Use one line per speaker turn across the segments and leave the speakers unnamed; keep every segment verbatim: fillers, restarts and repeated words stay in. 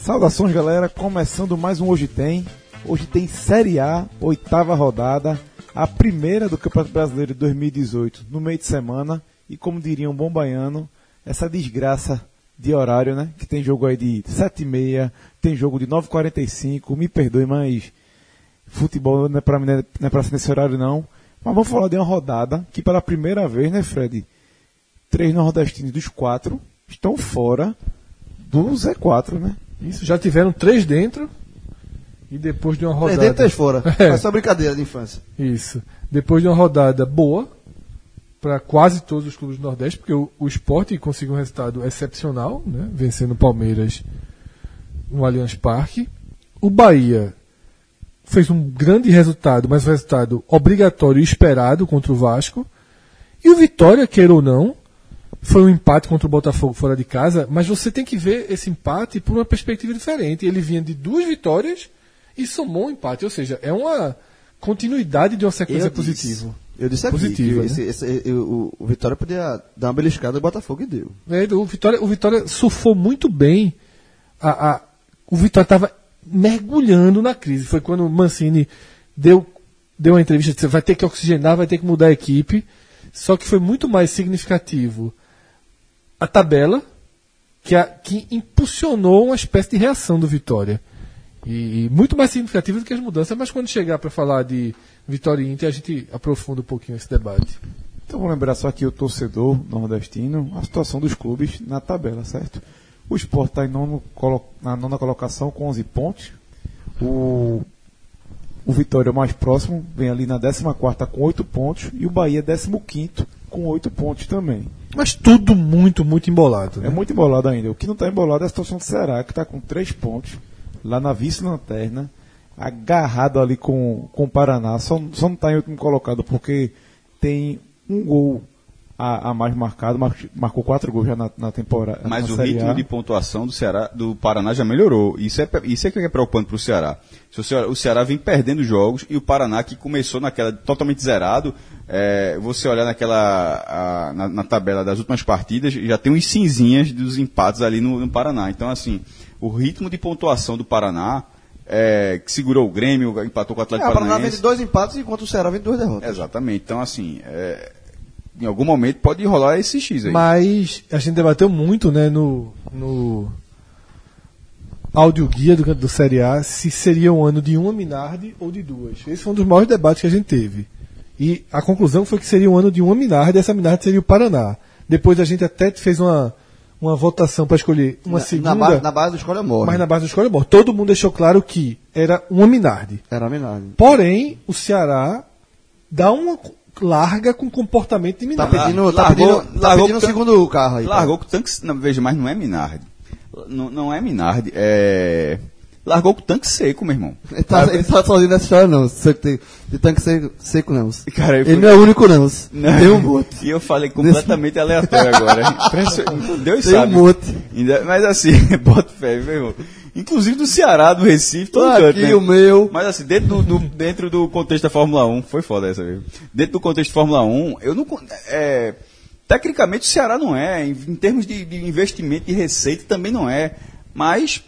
Saudações, galera, começando mais um Hoje Tem. Hoje tem Série A, oitava rodada, a primeira do Campeonato Brasileiro de dois mil e dezoito, no meio de semana. E como diria um bom baiano, essa desgraça de horário, né? Que tem jogo aí de sete e meia, tem jogo de nove e quarenta e cinco, me perdoe, mas futebol não é pra mim, não é pra ser nesse horário não. Mas vamos falar de uma rodada que pela primeira vez, né, Fred? Três nordestinos dos quatro estão fora do Z quatro, né?
Isso, já tiveram três dentro e depois de uma rodada...
Três dentro, três fora.
É.
Foi só brincadeira de infância.
Isso. Depois de uma rodada boa para quase todos os clubes do Nordeste, porque o, o Sport conseguiu um resultado excepcional, né? Vencendo o Palmeiras no Allianz Parque. O Bahia fez um grande resultado, mas um resultado obrigatório e esperado contra o Vasco. E o Vitória, queira ou não, foi um empate contra o Botafogo fora de casa, mas você tem que ver esse empate por uma perspectiva diferente. Ele vinha de duas vitórias e somou um empate, ou seja, é uma continuidade de uma sequência
Eu
positiva.
Disse, eu disse aqui
Positiva,
que
né?
esse, esse, eu, o, o Vitória podia dar uma beliscada no Botafogo e deu.
É, o, Vitória, o Vitória surfou muito bem. A, a, o Vitória estava mergulhando na crise. Foi quando o Mancini deu, deu uma entrevista, disse, vai ter que oxigenar, vai ter que mudar a equipe. Só que foi muito mais significativo a tabela, que, a, que impulsionou uma espécie de reação do Vitória. E, e muito mais significativo do que as mudanças, mas quando chegar para falar de Vitória e Inter, a gente aprofunda um pouquinho esse debate.
Então vamos lembrar só aqui o torcedor nordestino, a situação dos clubes na tabela, certo? O Sport está na nona colocação com onze pontos. O, o Vitória, o mais próximo, vem ali na décima quarta com oito pontos. E o Bahia, décimo quinto, com oito pontos também.
Mas tudo muito, muito embolado. Né?
É muito embolado ainda. O que não está embolado é a situação do Ceará, que está com três pontos, lá na vice-lanterna, agarrado ali com, com o Paraná. Só, só não está em último colocado porque tem um gol a, a mais marcado, mar, marcou quatro gols já na, na temporada.
Mas
na
o
Série
ritmo
A.
de pontuação do Ceará, do Paraná já melhorou. Isso é, isso é que é preocupante para o Ceará. Se o Ceará. O Ceará vem perdendo jogos e o Paraná, que começou naquela totalmente zerado, é, você olhar naquela a, na, na tabela das últimas partidas, já tem uns cinzinhas dos empates ali no, no Paraná. Então, assim, o ritmo de pontuação do Paraná, é, que segurou o Grêmio, empatou com o Atlético
É, o Paraná
Paranaense.
vem de dois empates, enquanto o Ceará vem de duas derrotas.
Exatamente. Então, assim, é, em algum momento pode rolar esse X aí.
Mas a gente debateu muito, né, no, no áudio guia do, do Série A, se seria um ano de uma Minardi ou de duas. Esse foi um dos maiores debates que a gente teve. E a conclusão foi que seria um ano de uma Minardi, e essa Minardi seria o Paraná. Depois a gente até fez uma, uma votação para escolher uma
na,
segunda.
Na base, na base do Escolha Morre.
Mas na base do Escolha Morre. Todo mundo deixou claro que era uma Minardi.
Era a Minardi.
Porém, o Ceará dá uma larga com comportamento de
Tá
Minardi.
pedindo, tá
Largou-
pedindo, tá
largou
pedindo o
com-
segundo carro aí.
Largou com o tanque. Não, veja, mas não é Minardi. Não, não é Minardi. É. Largou com o tanque seco, meu irmão.
Ele tá, ele tá sozinho nessa história, não. De, de tanque seco, seco, não.
Cara, eu
Ele
fui-
não é o único, não.
Não.
Tem um monte.
E eu falei completamente aleatório agora. Impressionante. Deus
Tem um
sabe.
monte.
Ainda- Mas assim, bota fé, meu irmão. Inclusive do Ceará, do Recife, todo
Aqui
canto, né?
o meu.
Mas assim, dentro do, do- dentro do contexto da Fórmula um, foi foda essa mesmo. Dentro do contexto da Fórmula um, eu não. con- É, tecnicamente o Ceará não é. Em, em termos de, de investimento e receita também não é. Mas.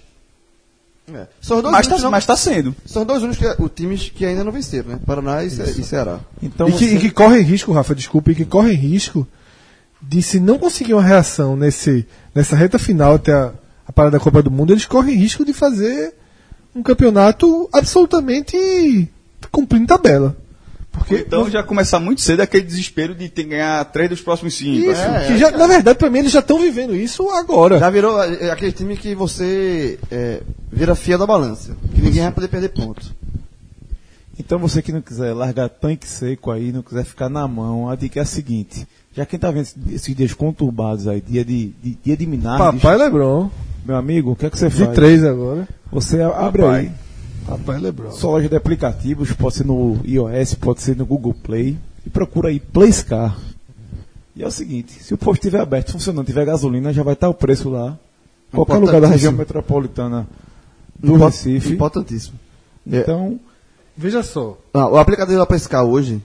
É. São os dois
Mas
únicos,
tá,
não-
mas tá sendo.
São dois únicos que, o times que ainda não venceram, né? Paraná e, Ce- e Ceará.
Então
e, que,
você-
e que correm risco, Rafa, desculpa, e que correm risco de, se não conseguir uma reação nesse, nessa reta final até a, a parada da Copa do Mundo, eles correm risco de fazer um campeonato absolutamente cumprindo tabela. Porque,
Então já começar muito cedo aquele desespero de ter que ganhar três dos próximos cinco.
isso,
É,
que
é,
já, na verdade, pra mim, eles já estão vivendo isso agora.
Já virou é, aquele time que você é, vira fia da balança. Que ninguém vai poder perder pontos.
Então você que não quiser largar tanque seco aí, não quiser ficar na mão, a dica é a seguinte: já quem tá vendo esses dias conturbados aí, dia de, de, dia de Minardi,
Papai Lebron,
meu amigo, o que é que você
de
faz?
três agora.
Você abre
Papai.
aí,
Papai Lebron.
sua loja de aplicativos, pode ser no iOS, pode ser no Google Play, e procura aí Playscar. E é o seguinte, se o posto estiver aberto, funcionando, tiver gasolina, já vai estar o preço lá. Qualquer lugar da região metropolitana do
Import-
Recife.
Importantíssimo. É.
Então,
Veja só.
Ah, o aplicativo da Pescar hoje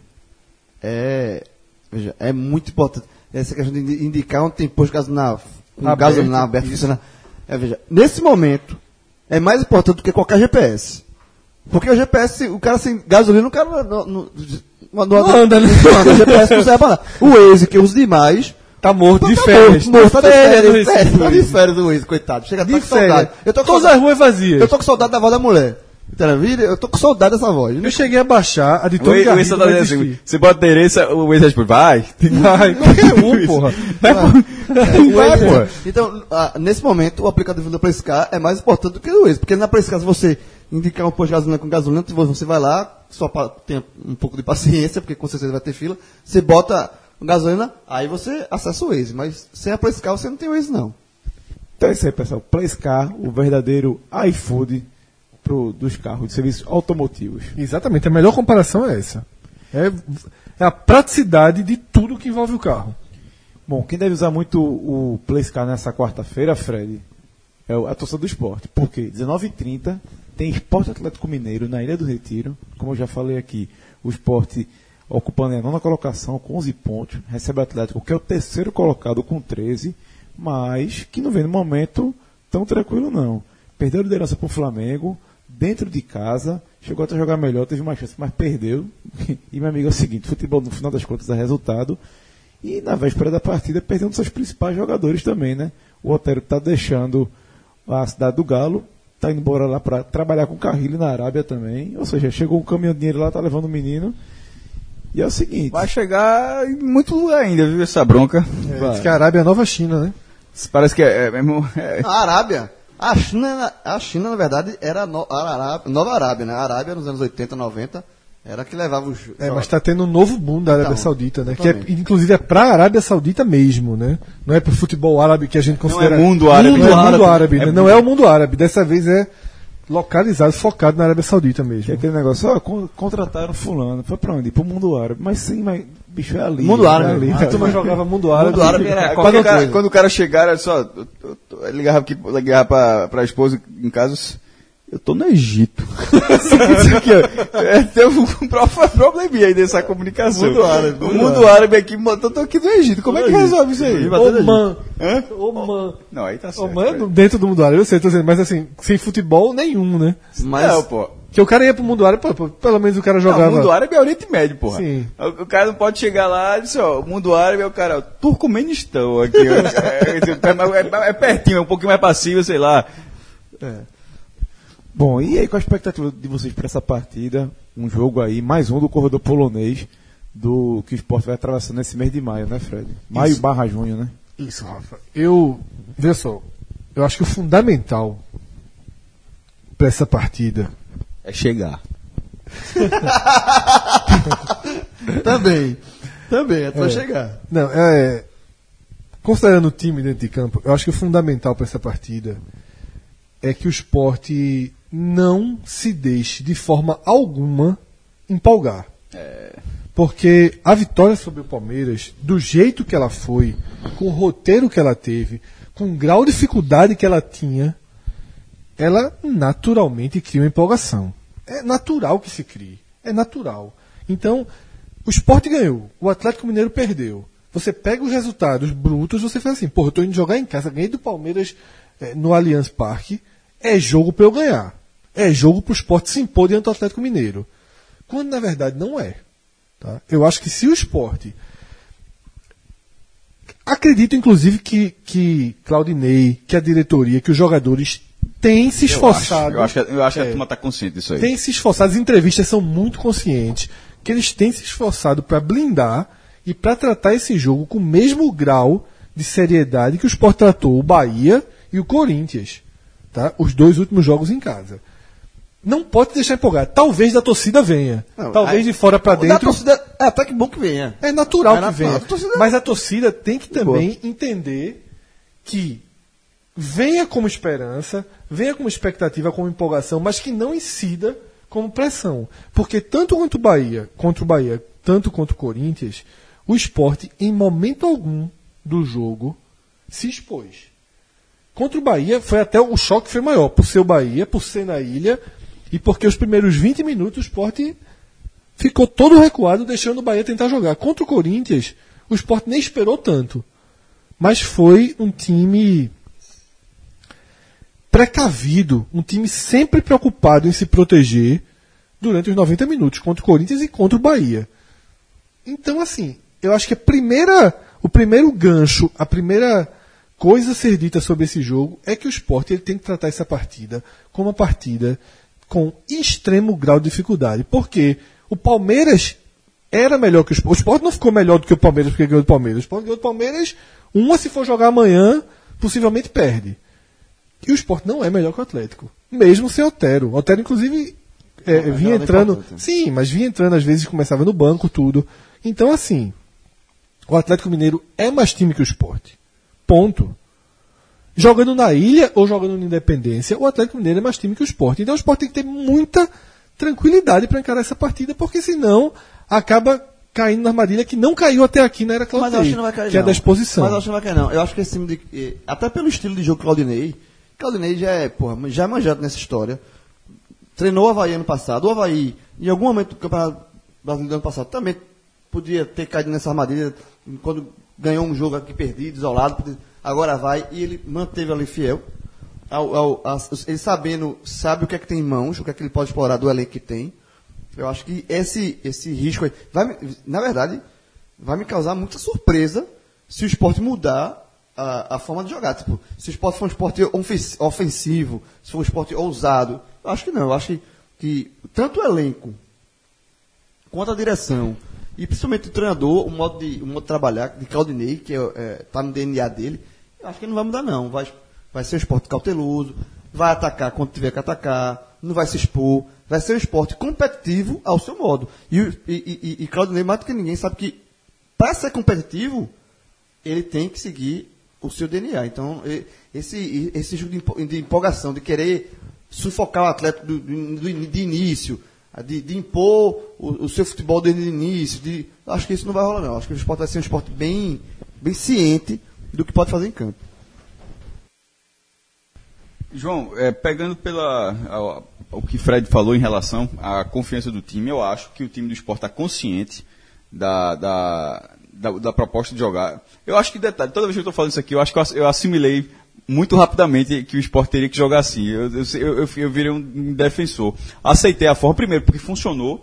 é, veja, é muito importante. Essa questão de indi- indicar onde tem posto de gasolina, com
Aberto,
gasolina aberto, funcionando. É, veja, nesse momento, é mais importante do que qualquer G P S. Porque o G P S, o cara sem gasolina, o cara não, não, não, não anda, né? Não anda, o G P S não serve pra nada. O Waze, que eu uso demais,
Tá morto de
tá
férias.
morto, morto, tá de
Férias
férias,
no
férias,
Recife,
tá de
Waze.
férias o Waze, coitado. Chega
De
tá com
férias.
saudade. Eu tô com
Todas as
saudade,
ruas vazias.
eu tô com saudade da voz da mulher. Entendeu? Eu tô com saudade dessa voz.
Eu cheguei a baixar a de
O
Tony
Waze
Garrido,
tá
vai
dizendo assim,
existir.
você bota endereço, o Waze responde, vai.
Vai, qualquer um, porra.
O
Vai,
Waze,
porra.
então, ah, nesse momento, o aplicativo da Playscar é mais importante do que o Waze. Porque na Playscar, se você indicar um posto de gasolina com gasolina, você vai lá, só pa- tem um pouco de paciência, porque com certeza vai ter fila, você bota gasolina, aí você acessa o Waze. Mas sem a Playscar, você não tem Waze, não.
Então é isso aí, pessoal. Playscar, o verdadeiro iFood pro, dos carros de serviços automotivos.
Exatamente, a melhor comparação é essa. É, é a praticidade de tudo que envolve o carro.
Bom, quem deve usar muito o Playscar nessa quarta-feira, Fred, é o- a torcida do esporte. Por quê? dezenove e trinta tem Esporte Atlético Mineiro na Ilha do Retiro. Como eu já falei aqui, o esporte ocupando a nona colocação com onze pontos. Recebe o Atlético, que é o terceiro colocado com treze, mas que não vem no momento tão tranquilo não. Perdeu a liderança para o Flamengo, dentro de casa, chegou até a jogar melhor, teve mais chance, mas perdeu. E, meu amigo, é o seguinte, futebol no final das contas é resultado. E na véspera da partida perdeu um dos seus principais jogadores também, né? O Otero está deixando a cidade do Galo, está indo embora lá para trabalhar com o Carrilho na Arábia também. Ou seja, chegou um caminhão de dinheiro lá, tá levando o menino. E é o seguinte.
Vai chegar em muito lugar ainda, viu, essa bronca.
É, diz que a Arábia é a nova China, né?
Parece que é, é mesmo... é-
A Arábia, a China, a China na verdade, era a, no, a Arábia, Nova Arábia, né? A Arábia nos anos oitenta, noventa, era a que levava os...
É, mas está tendo um novo boom da Arábia
Então,
Saudita, né? Que é,
totalmente.
inclusive é para a Arábia Saudita mesmo, né? Não é para o futebol árabe que a gente considera.
mundo árabe.
Não é
Mundo
mundo
árabe.
árabe,
É
né?
mundo.
Não é o mundo árabe. Dessa vez é localizado, focado na Arábia Saudita
Que é
mesmo.
aquele negócio, ó, con- contrataram fulano, foi pra onde? Pro mundo árabe. Mas sim, mas bicho é ali.
Mundo
é
árabe.
ali.
A turma jogava mundo árabe.
Mundo árabe era
Quando,
qualquer
o cara,
coisa.
quando o cara chegar, era só. Eu, eu, eu, eu ligava, aqui, ligava pra, pra esposa em casa. Eu tô no Egito. Isso aqui, ó. É, tem um pro- probleminha aí dessa comunicação.
Mundo árabe,
O
mundo
mundo árabe aqui, mano, eu tô aqui no Egito. Como é que resolve isso aí?
Oman.
Hã?
Oman.
Não, aí tá certo.
Oman é dentro do mundo árabe, eu sei, tô dizendo, mas assim, sem futebol nenhum, né?
Mas,
Não, pô.
Que o cara ia pro mundo árabe, pô, pô, pelo menos o cara
Não,
jogava.
o mundo árabe é Oriente Médio, porra.
Sim.
O, o cara não pode chegar lá e dizer, ó, o mundo árabe é o cara, ó, Turcomenistão aqui, ó. é, é, é pertinho, é um pouquinho mais passivo, sei lá.
Bom, e aí qual a expectativa de vocês para essa partida? Um jogo aí, mais um do corredor polonês, do que o esporte vai atravessando nesse mês de maio, né, Fred? Maio
Isso.
barra junho, né?
Isso, Rafa. Eu, veja só, eu acho que o fundamental para essa partida
É chegar.
também, também, até
É.
chegar.
Não, é. Considerando o time dentro de campo, eu acho que o fundamental para essa partida é que o Sport não se deixe de forma alguma empolgar. Porque a vitória sobre o Palmeiras, do jeito que ela foi, com o roteiro que ela teve, com o grau de dificuldade que ela tinha, ela naturalmente cria uma empolgação. É natural que se crie. É natural. Então, o Sport ganhou, o Atlético Mineiro perdeu. Você pega os resultados brutos, você faz assim, porra, eu tô indo jogar em casa, ganhei do Palmeiras eh, no Allianz Parque, é jogo para eu ganhar. É jogo para o Sport se impor diante do Atlético Mineiro. Quando na verdade não é. Tá? Eu acho que se o Sport... Acredito, inclusive, que, que Claudinei, que a diretoria, que os jogadores têm se esforçado.
Eu acho, eu acho que, eu acho que
É.
a turma tá consciente disso aí.
Têm se esforçado, as entrevistas são muito conscientes, que eles têm se esforçado para blindar e para tratar esse jogo com o mesmo grau de seriedade que o Sport tratou o Bahia e o Corinthians. Tá? Os dois últimos jogos em casa. Não pode deixar empolgar. Talvez da torcida venha.
Não,
Talvez
aí-
de fora para
Da
dentro.
torcida, é até que bom que venha.
É natural
É
que
natural.
venha.
A torcida-
Mas a torcida tem que também entender que venha como esperança, venha como expectativa, como empolgação, mas que não incida como pressão. Porque tanto quanto o Bahia, contra o Bahia, tanto quanto o Corinthians, o Sport, em momento algum do jogo, se expôs. Contra o Bahia, foi até o choque foi maior, por ser o Bahia, por ser na ilha, e porque os primeiros vinte minutos o Sport ficou todo recuado, deixando o Bahia tentar jogar. Contra o Corinthians, o Sport nem esperou tanto. Mas foi um time precavido, um time sempre preocupado em se proteger durante os noventa minutos contra o Corinthians e contra o Bahia. Então, assim, eu acho que a primeira, o primeiro gancho, a primeira coisa a ser dita sobre esse jogo é que o Sport ele tem que tratar essa partida como uma partida com extremo grau de dificuldade. Porque o Palmeiras era melhor que o Sport. O Sport não ficou melhor do que o Palmeiras porque ganhou do Palmeiras. O Sport ganhou do Palmeiras, uma se for jogar amanhã, possivelmente perde. E o Sport não é melhor que o Atlético. Mesmo sem Otero. Otero, inclusive, é,
não,
vinha entrando... Sim, mas vinha entrando, às vezes começava no banco, tudo. Então, assim, o Atlético Mineiro é mais time que o Sport. Ponto. Jogando na Ilha ou jogando na Independência, o Atlético Mineiro é mais time que o Sport. Então o Sport tem que ter muita tranquilidade para encarar essa partida, porque senão acaba caindo na armadilha que não caiu até aqui na era Claudinei,
Mas eu acho que não vai cair,
que é
não.
da exposição.
Mas eu acho que não vai cair, não. Eu acho que esse time de... Até pelo estilo de jogo Claudinei, Claudinei já é, porra, já é manjado nessa história. Treinou o Avaí ano passado. O Avaí, em algum momento do Campeonato Brasileiro do ano passado, também podia ter caído nessa armadilha quando ganhou um jogo aqui perdido, isolado, agora vai, e ele manteve ali fiel, ao, ao, a, ele sabendo, sabe o que é que tem em mãos, o que é que ele pode explorar do elenco que tem. Eu acho que esse, esse risco aí, vai, na verdade, vai me causar muita surpresa se o Sport mudar a, a forma de jogar. Tipo, se o Sport for um esporte ofensivo, se for um esporte ousado, eu acho que não. Eu acho que, que tanto o elenco quanto a direção, e principalmente o treinador, o modo de, o modo de trabalhar de Claudinei, que está é, tá no D N A dele, eu acho que não vai mudar, não. Vai, vai ser um esporte cauteloso, vai atacar quando tiver que atacar, não vai se expor, vai ser um esporte competitivo ao seu modo. E, e, e, e Claudinei, mais do que ninguém, sabe que para ser competitivo, ele tem que seguir o seu D N A. Então, esse, esse jogo de empolgação, de querer sufocar o atleta do, do, de início, De, de impor o, o seu futebol desde o início, de, acho que isso não vai rolar, não. Acho que o esporte vai ser um esporte bem, bem ciente do que pode fazer em campo.
João, é, pegando pela a, o que Fred falou em relação à confiança do time, eu acho que o time do Sport está consciente da, da, da, da proposta de jogar. Eu acho que, detalhe, toda vez que eu estou falando isso aqui, eu acho que eu, eu assimilei muito rapidamente que o Sport teria que jogar assim. Eu, eu, eu, eu virei um defensor. Aceitei a forma, primeiro, porque funcionou.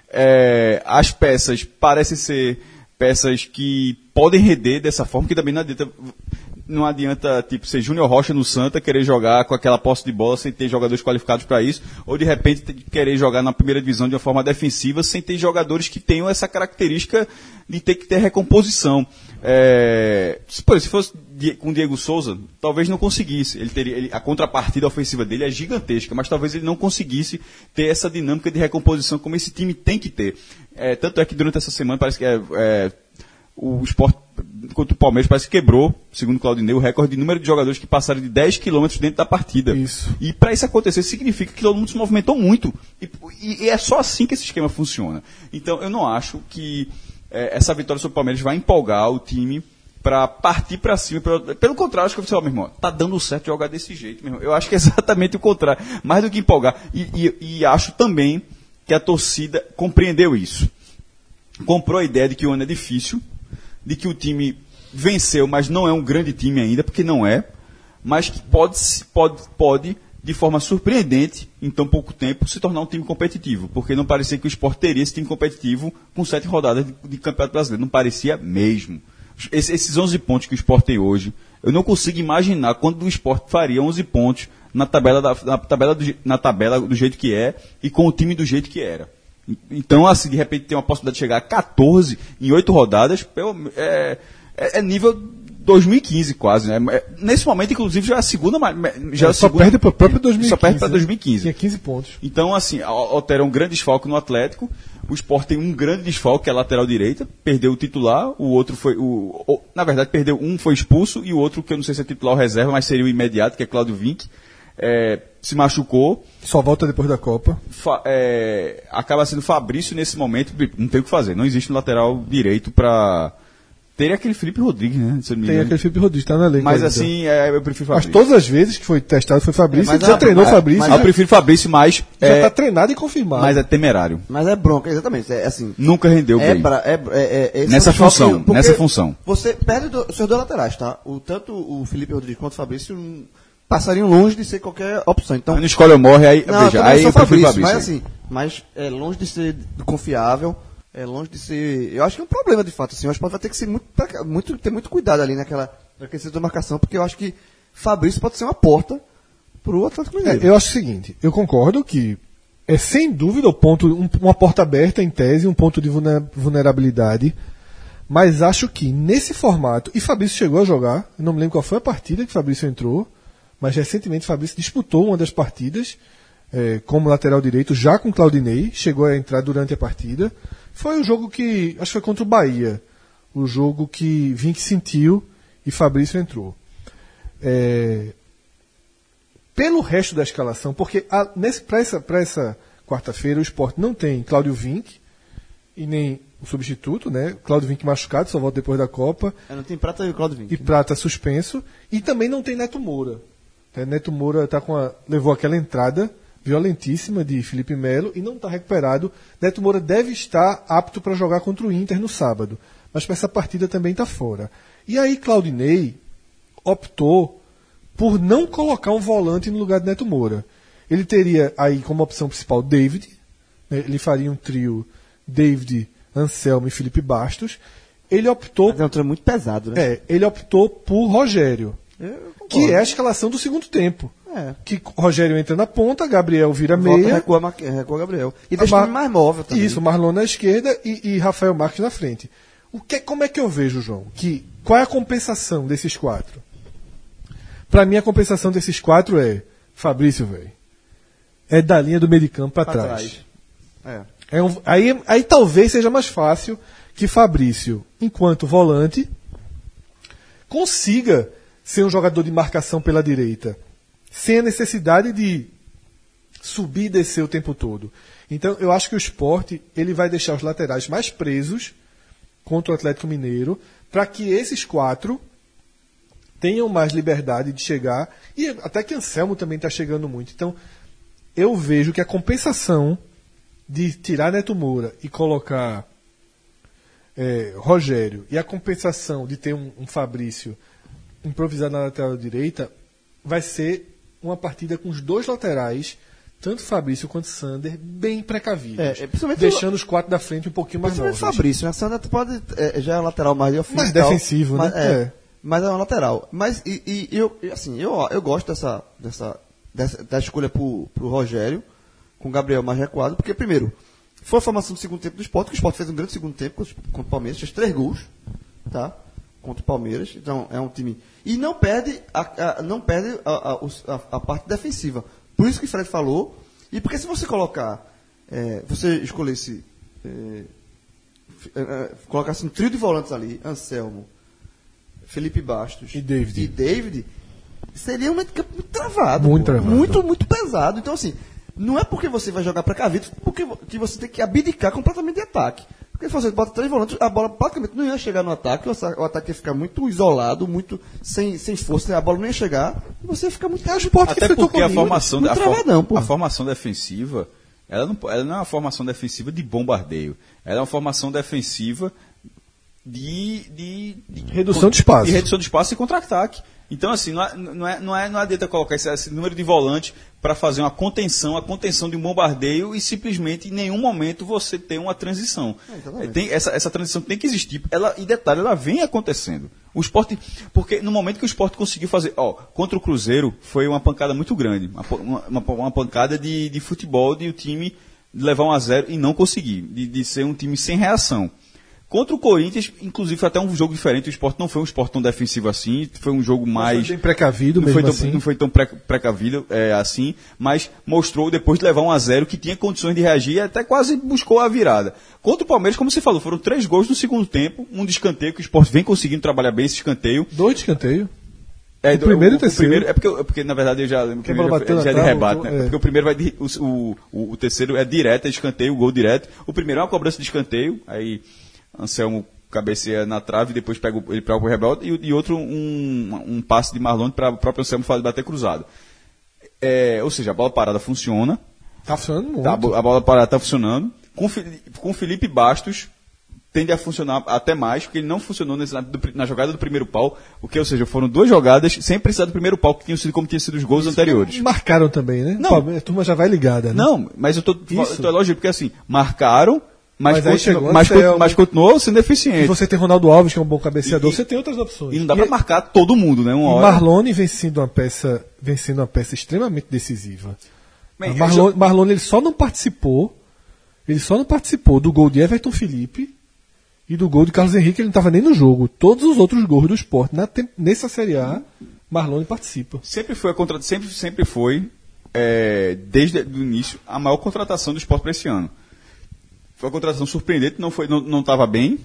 É, as peças parecem ser peças que podem render dessa forma, que também não adianta, não adianta tipo, ser Júnior Rocha no Santa, querer jogar com aquela posse de bola sem ter jogadores qualificados para isso, ou de repente querer jogar na primeira divisão de uma forma defensiva sem ter jogadores que tenham essa característica de ter que ter recomposição. É, se, por exemplo, se fosse com o Diego Souza, talvez não conseguisse. Ele teria, ele, a contrapartida ofensiva dele é gigantesca, mas talvez ele não conseguisse ter essa dinâmica de recomposição como esse time tem que ter. É, tanto é que durante essa semana parece que é, é, o Sport contra o Palmeiras parece que quebrou, segundo o Claudinei, o recorde de número de jogadores que passaram de dez quilômetros dentro da partida.
Isso.
E para isso acontecer, significa que todo mundo se movimentou muito. E, e, e é só assim que esse esquema funciona. Então, eu não acho que é, essa vitória sobre o Palmeiras vai empolgar o time para partir para cima. Pra, pelo contrário, acho que eu falei, meu irmão, tá dando certo jogar desse jeito, meu irmão. Eu acho que é exatamente o contrário. Mais do que empolgar. E, e, e acho também que a torcida compreendeu isso. Comprou a ideia de que o ano é difícil, de que o time venceu, mas não é um grande time ainda, porque não é, mas que pode, pode, pode de forma surpreendente, em tão pouco tempo, se tornar um time competitivo, porque não parecia que o Sport teria esse time competitivo com sete rodadas de, de Campeonato Brasileiro, não parecia mesmo. Esse, esses onze pontos que o Sport tem hoje, eu não consigo imaginar quando o Sport faria onze pontos na tabela, da, na, tabela do, na tabela do jeito que é e com o time do jeito que era. Então, assim, de repente tem uma possibilidade de chegar a catorze em oito rodadas, é, é, é nível dois mil e quinze quase, né? Nesse momento, inclusive, já é a segunda... Já é,
só
segunda,
perde para o próprio dois mil e quinze.
Só perde para dois mil e quinze.
Tinha quinze pontos.
Então, assim, altera um grande desfalque no Atlético, o Sport tem um grande desfalque, que é a lateral direita, perdeu o titular, o outro foi... O, o, na verdade, perdeu um, foi expulso, e o outro, que eu não sei se é titular ou reserva, mas seria o imediato, que é Cláudio Vinck, é, se machucou.
Só volta depois da Copa.
Fa, é, acaba sendo Fabrício nesse momento, não tem o que fazer, não existe um lateral direito para... Teria aquele Felipe Rodrigues, né? Se eu não me
Tem
engano.
aquele Felipe Rodrigues, tá na lei.
Mas assim, é, eu prefiro
Mas
Fabrício.
todas as vezes que foi testado foi Fabrício,
É, mas
já
a-
treinou
mas-
Fabrício.
mas
Eu
já
prefiro Fabrício, mas
já
é,
tá treinado e confirmado.
mas é temerário.
Mas é bronca, exatamente. É assim.
Nunca rendeu
É,
bem.
pra, é, é, é, esse
Nessa
é um desfalque,
função,
porque
nessa função.
Você perde do, os seus dois laterais, tá? O, tanto o Felipe Rodrigues quanto o Fabrício não, passariam longe de ser qualquer opção. Então,
Aí não escolhe ou morre, aí,
não,
veja,
também
aí
sou
eu prefiro
Fabrício,
Fabrício.
mas
aí.
assim, mas é longe de ser confiável, é longe de ser. Eu acho que é um problema de fato. Assim, o Sport vai ter que ser muito, muito, ter muito cuidado ali naquela, naquele setor de marcação, porque eu acho que Fabrício pode ser uma porta pro Atlético Mineiro.
É, eu acho o seguinte, eu concordo que é sem dúvida o ponto, um- uma porta aberta em tese, um ponto de vulne- vulnerabilidade, mas acho que nesse formato, e Fabrício chegou a jogar, eu não me lembro qual foi a partida que Fabrício entrou, mas recentemente Fabrício disputou uma das partidas eh, como lateral direito, já com Claudinei, chegou a entrar durante a partida. Foi o jogo que, acho que foi contra o Bahia, o jogo que Vink sentiu e Fabrício entrou. É, pelo resto da escalação, porque para essa, pra essa quarta-feira o Sport não tem Cláudio Vink e nem o substituto, né? Cláudio Vink machucado, só volta depois da Copa,
É, não tem Prata e o Claudio Vinck.
e Prata suspenso, e também não tem Neto Moura. É, Neto Moura tá com a, levou aquela entrada violentíssima de Felipe Melo e não está recuperado. Neto Moura deve estar apto para jogar contra o Inter no sábado, mas para essa partida também está fora. E aí Claudinei optou por não colocar um volante no lugar de Neto Moura. Ele teria aí como opção principal David, né, ele faria um trio David, Anselmo e Felipe Bastos. Ele optou,
Mas é um treino muito pesado, né?
é, ele optou por Rogério,
Eu concordo.
que é a escalação do segundo tempo.
É.
Que Rogério entra na ponta, Gabriel vira
Volta,
meia.
recua, Ma- recua Gabriel. E deixa
Mar-
o time mais móvel também.
Isso, Marlon na esquerda e, e Rafael Marques na frente. O que, como é que eu vejo, João? Que, qual é a compensação desses quatro? Pra mim, a compensação desses quatro é Fabrício, velho. É da linha do meio de campo pra
Pra
trás.
É.
É um- aí, aí talvez seja mais fácil que Fabrício, enquanto volante, consiga ser um jogador de marcação pela direita, sem a necessidade de subir e descer o tempo todo. Então, eu acho que o Sport ele vai deixar os laterais mais presos contra o Atlético Mineiro, para que esses quatro tenham mais liberdade de chegar, e até que Anselmo também está chegando muito. Então, eu vejo que a compensação de tirar Neto Moura e colocar é, Rogério, e a compensação de ter um, um Fabrício improvisado na lateral direita, vai ser uma partida com os dois laterais, tanto Fabrício quanto Sander, bem precavidos.
É, é, principalmente
deixando os quatro da frente um pouquinho mais
Principalmente
novos.
Fabrício, né? Sandra pode, é, já é um lateral mais de ofício.
Mais
e tal,
defensivo,
mas,
né?
É,
É.
Mas é um lateral. Mas, e, e eu, e, assim, eu, eu gosto dessa, dessa, dessa da escolha pro, pro Rogério, com o Gabriel mais recuado, porque, primeiro, foi a formação do segundo tempo do Sport, que o Sport fez um grande segundo tempo contra, contra o Palmeiras, fez três gols, tá? Contra o Palmeiras, então é um time. E não perde a, a- não perde a, a, os- a- a parte defensiva. Por isso que o Fred falou, e porque se você colocar, é, você escolhesse, é, f- é, é, colocasse um trio de volantes ali, Anselmo, Felipe Bastos
E David.
e David, seria um meio de campo muito travado.
Muito
pô.
travado.
Muito, muito pesado. Então, assim, não é porque você vai jogar precavido, porque vo- que você tem que abdicar completamente de ataque. Porque se você bota três volantes, a bola praticamente não ia chegar no ataque, o asa- o ataque ia ficar muito isolado, muito sem, sem força, a bola não ia chegar, e você ia ficar muito... É o Sport que
Até
enfrentou
porque a
comigo,
formação,
muito
a, for-
travadão, pô.
a formação defensiva, ela não, ela não é uma formação defensiva de bombardeio. Ela é uma formação defensiva de, de, de-
Redução de espaço.
de redução de espaço e contra-ataque. Então, assim, não, é, não, é, não, é, não adianta colocar esse, esse número de volante para fazer uma contenção, a contenção de um bombardeio e simplesmente em nenhum momento você ter uma transição.
exatamente.
Tem, essa, essa transição tem que existir. Ela, e detalhe, ela vem acontecendo. O Sport, porque no momento que o Sport conseguiu fazer, ó, contra o Cruzeiro foi uma pancada muito grande, uma, uma, uma- uma pancada de, de futebol de o time levar um a zero e não conseguir, de, de ser um time sem reação. Contra o Corinthians, inclusive, foi até um jogo diferente. O Sport não foi um Sport tão defensivo assim, foi um jogo mais.
Foi bem precavido
não
mesmo
foi tão,
assim.
Não foi tão pre, precavido é, assim, mas mostrou depois de levar um a zero que tinha condições de reagir e até quase buscou a virada. Contra o Palmeiras, como você falou, foram três gols no segundo tempo, um de escanteio, que o Sport vem conseguindo trabalhar bem esse escanteio.
Dois de escanteio.
É,
O primeiro e o terceiro.
primeiro- é, porque, é porque, na verdade, eu já, o primeiro
bola
já,
bateu na
já é de
trave,
rebate,
voltou,
né?
é.
Porque o primeiro vai de, o, o, o, o terceiro é direto, é escanteio, o gol direto. O primeiro é uma cobrança de escanteio, aí Anselmo cabeceia na trave, depois pega o, ele pega o rebote, e, o- e outro um, um passe de Marlon para o próprio Anselmo fazer bater cruzado. É, ou seja, a bola parada funciona,
Tá funcionando muito.
tá, a bo- a bola parada está funcionando. Com, Fi- com Felipe Bastos tende a funcionar até mais, porque ele não funcionou nesse, na, do, na jogada do primeiro pau, o que, ou seja, foram duas jogadas sem precisar do primeiro pau, que tinham sido como tinham sido os gols
Isso
anteriores.
Marcaram também, né?
Não.
Palmeiras, a turma já vai ligada, né?
Não, mas eu tô, eu tô elogiando, porque assim, marcaram, mas,
Mas aí
continu,
chegou
mas,
Anselmo.
continu, mas continuou sendo eficiente.
E você tem Ronaldo Alves, que é um bom cabeceador,
E-
você tem outras opções.
E não dá
E-
pra marcar todo mundo, né? Uma
E
hora.
Marlone vem sendo uma peça, vem sendo uma peça extremamente decisiva.
Bem,
A
eu
Marlone,
já-
Marlone ele só não participou, ele só não participou do gol de Everton Felipe e do gol de Carlos Henrique, ele não estava nem no jogo. Todos os outros gols do Sport na tem- nessa Série A, Marlone participa.
Sempre foi, a contra... sempre, sempre foi é, desde o início, a maior contratação do Sport para esse ano. Foi uma contratação surpreendente, não foi, não, não estava bem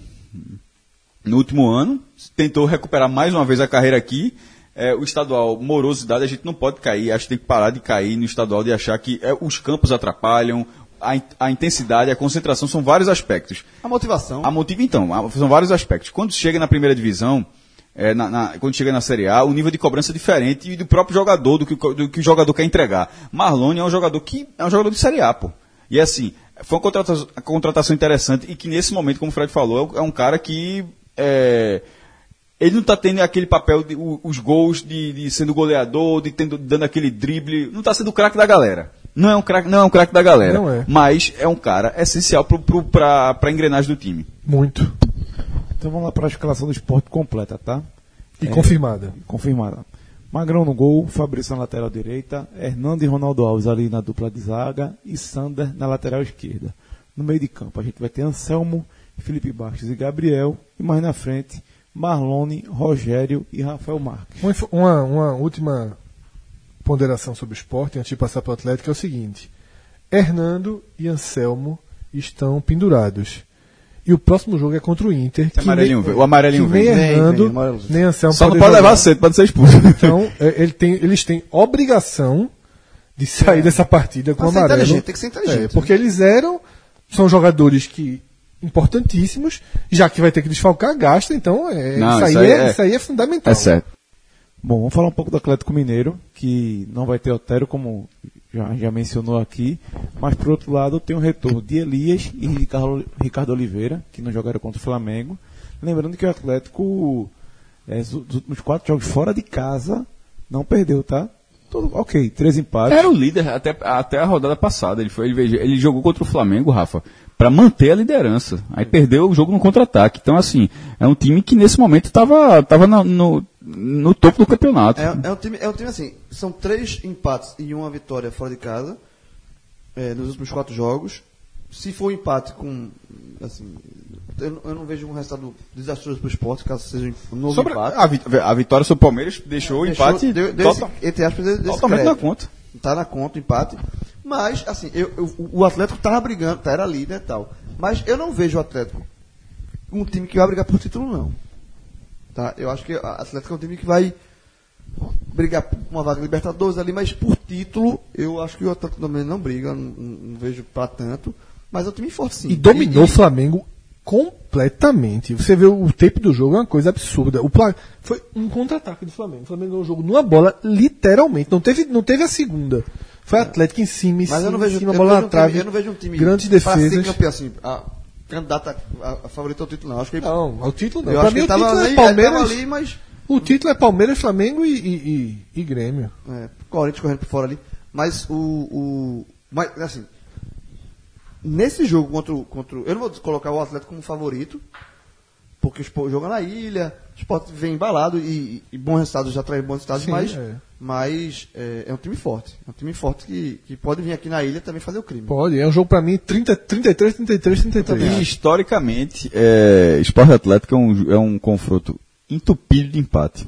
no último ano, tentou recuperar mais uma vez a carreira aqui. É, o estadual, morosidade, a gente não pode cair, acho que tem que parar de cair no estadual, de achar que é, os campos atrapalham, a, in- a intensidade, a concentração, são vários aspectos.
A motivação.
A motivo, então, a- são vários aspectos. Quando chega na primeira divisão, é, na- na- quando chega na Série A, o nível de cobrança é diferente e do próprio jogador, do que, o- do que o jogador quer entregar. Marlone é um jogador que é um jogador de Série A, pô. E assim, foi uma contratação, uma contratação interessante e que nesse momento, como o Fred falou, é um cara que é, ele não está tendo aquele papel, de, o- os gols de, de sendo goleador, de tendo, dando aquele drible, não está sendo o craque da galera. Não é um craque, não é um craque da galera.
Não é.
Mas é um cara essencial para a engrenagem do time.
Muito.
Então vamos lá para a escalação do Sport completa, tá?
E
É,
confirmada.
Confirmada. Magrão no gol, Fabrício na lateral direita, Hernando e Ronaldo Alves ali na dupla de zaga e Sander na lateral esquerda. No meio de campo a gente vai ter Anselmo, Felipe Bastos e Gabriel, e mais na frente Marlone, Rogério e Rafael Marques.
Uma, inf- uma, uma última ponderação sobre o Sport, antes de passar para o Atlético, é o seguinte: Hernando e Anselmo estão pendurados. E o próximo jogo é contra o Inter. que
amarelinho
nem-
vem, o amarelinho
que nem
vem.
Vem,
Hernando,
vem, amarelo.
nem Anselmo
Só não
podem
pode
jogar.
levar cedo, pode ser expulso.
Então, é, ele tem, eles têm obrigação de sair dessa partida com
Mas ser
amarelo.
inteligente, tem que ser inteligente,
É,
né?
porque eles eram, são jogadores que importantíssimos, já que vai ter que desfalcar, gasta, então é,
Não,
isso,
isso
aí
aí
é,
é-
isso aí é fundamental.
É certo.
Bom, vamos falar um pouco do Atlético Mineiro, que não vai ter Otero, como já, já mencionou aqui, mas por outro lado tem o retorno de Elias e Ricardo, Ricardo Oliveira, que não jogaram contra o Flamengo. Lembrando que o Atlético, é, dos últimos quatro jogos fora de casa, não perdeu, tá? Tudo, ok, três empates.
Era o líder até, até a rodada passada. Ele, foi, ele, ele jogou contra o Flamengo, Rafa, para manter a liderança. Aí perdeu o jogo no contra-ataque. Então, assim, é um time que nesse momento estava tava no, no, no topo do campeonato.
É, é um time, é um time assim, são três empates e uma vitória fora de casa é, nos últimos quatro jogos. Se for um empate com, assim, eu, não- eu não vejo um resultado desastroso para o Sport, caso seja um novo
Sobre
empate.
a, vit- a vitória sobre o Palmeiras deixou o
Deixou-
empate
deu, deu
total-
esse, entre aspas, desse
totalmente
crédito.
na conta.
Tá na conta o empate. Mas, assim, eu, eu- o Atlético tava brigando, tá, era líder e tal. Mas eu não vejo o Atlético um time que vai brigar por título, não. Tá? Eu acho que o Atlético é um time que vai brigar por uma vaga de Libertadores ali, mas por título, eu acho que o Atlético também não briga, não, não- não vejo pra tanto. Mas é um time forte, sim.
E dominou
E-
o Flamengo completamente. Você vê o tempo do jogo, é uma coisa absurda. O pla... Foi um contra-ataque do Flamengo. O Flamengo ganhou o jogo numa bola, literalmente. Não teve, não teve a segunda. Foi Atlético em cima, em
Mas
cima,
eu não vejo,
em cima,
eu
bola
não
na
vejo um
trave.
time, eu não vejo um time
Grandes
pra ser
defesas.
campeão, assim, a candidata a, a favorita ao título, não. Acho que
Não, o título não.
eu
Pra
acho
mim
que
o
tava
título
ali,
é
tava
Palmeiras.
ali, mas
O título é Palmeiras, Flamengo e, e, e, e Grêmio.
É, Corinthians correndo por fora ali. Mas o. o mas, assim. Nesse jogo contra o, contra o. Eu não vou colocar o Atlético como favorito. Porque o Sport joga na ilha. O Sport vem embalado e, e bons resultados já traz bons resultados.
Sim,
mas
é.
mas é, é um time forte. É um time forte que, que pode vir aqui na ilha também fazer o crime.
Pode, é um jogo pra mim trinta, trinta e três, trinta e três, trinta e três.
E historicamente, é, Sport Atlético é um, é um confronto entupido de empate.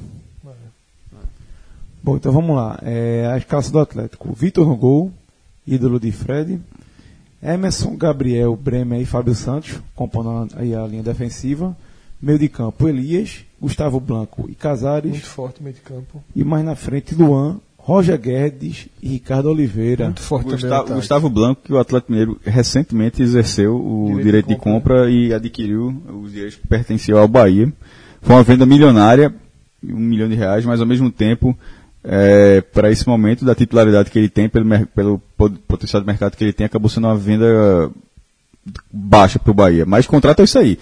Bom, então vamos lá. É, a escalação do Atlético. Vitor no gol, ídolo de Fred. Emerson, Gabriel, Bremer e Fábio Santos, compondo aí a linha defensiva. Meio de campo, Elias, Gustavo Blanco e Casares.
Muito forte meio de campo.
E mais na frente, Luan, Roger Guedes e Ricardo Oliveira.
Muito forte também. o
Gustavo,
ataque.
Gustavo Blanco, que o Atlético Mineiro recentemente exerceu o
Direito
direito,
de
de, compra. e adquiriu os direitos que pertenciam ao Bahia. Foi uma venda milionária, um milhão de reais, mas ao mesmo tempo, é, para esse momento da titularidade que ele tem, pelo, mer- pelo pod- potencial de mercado que ele tem, acabou sendo uma venda baixa para o Bahia. Mas contrato é isso aí.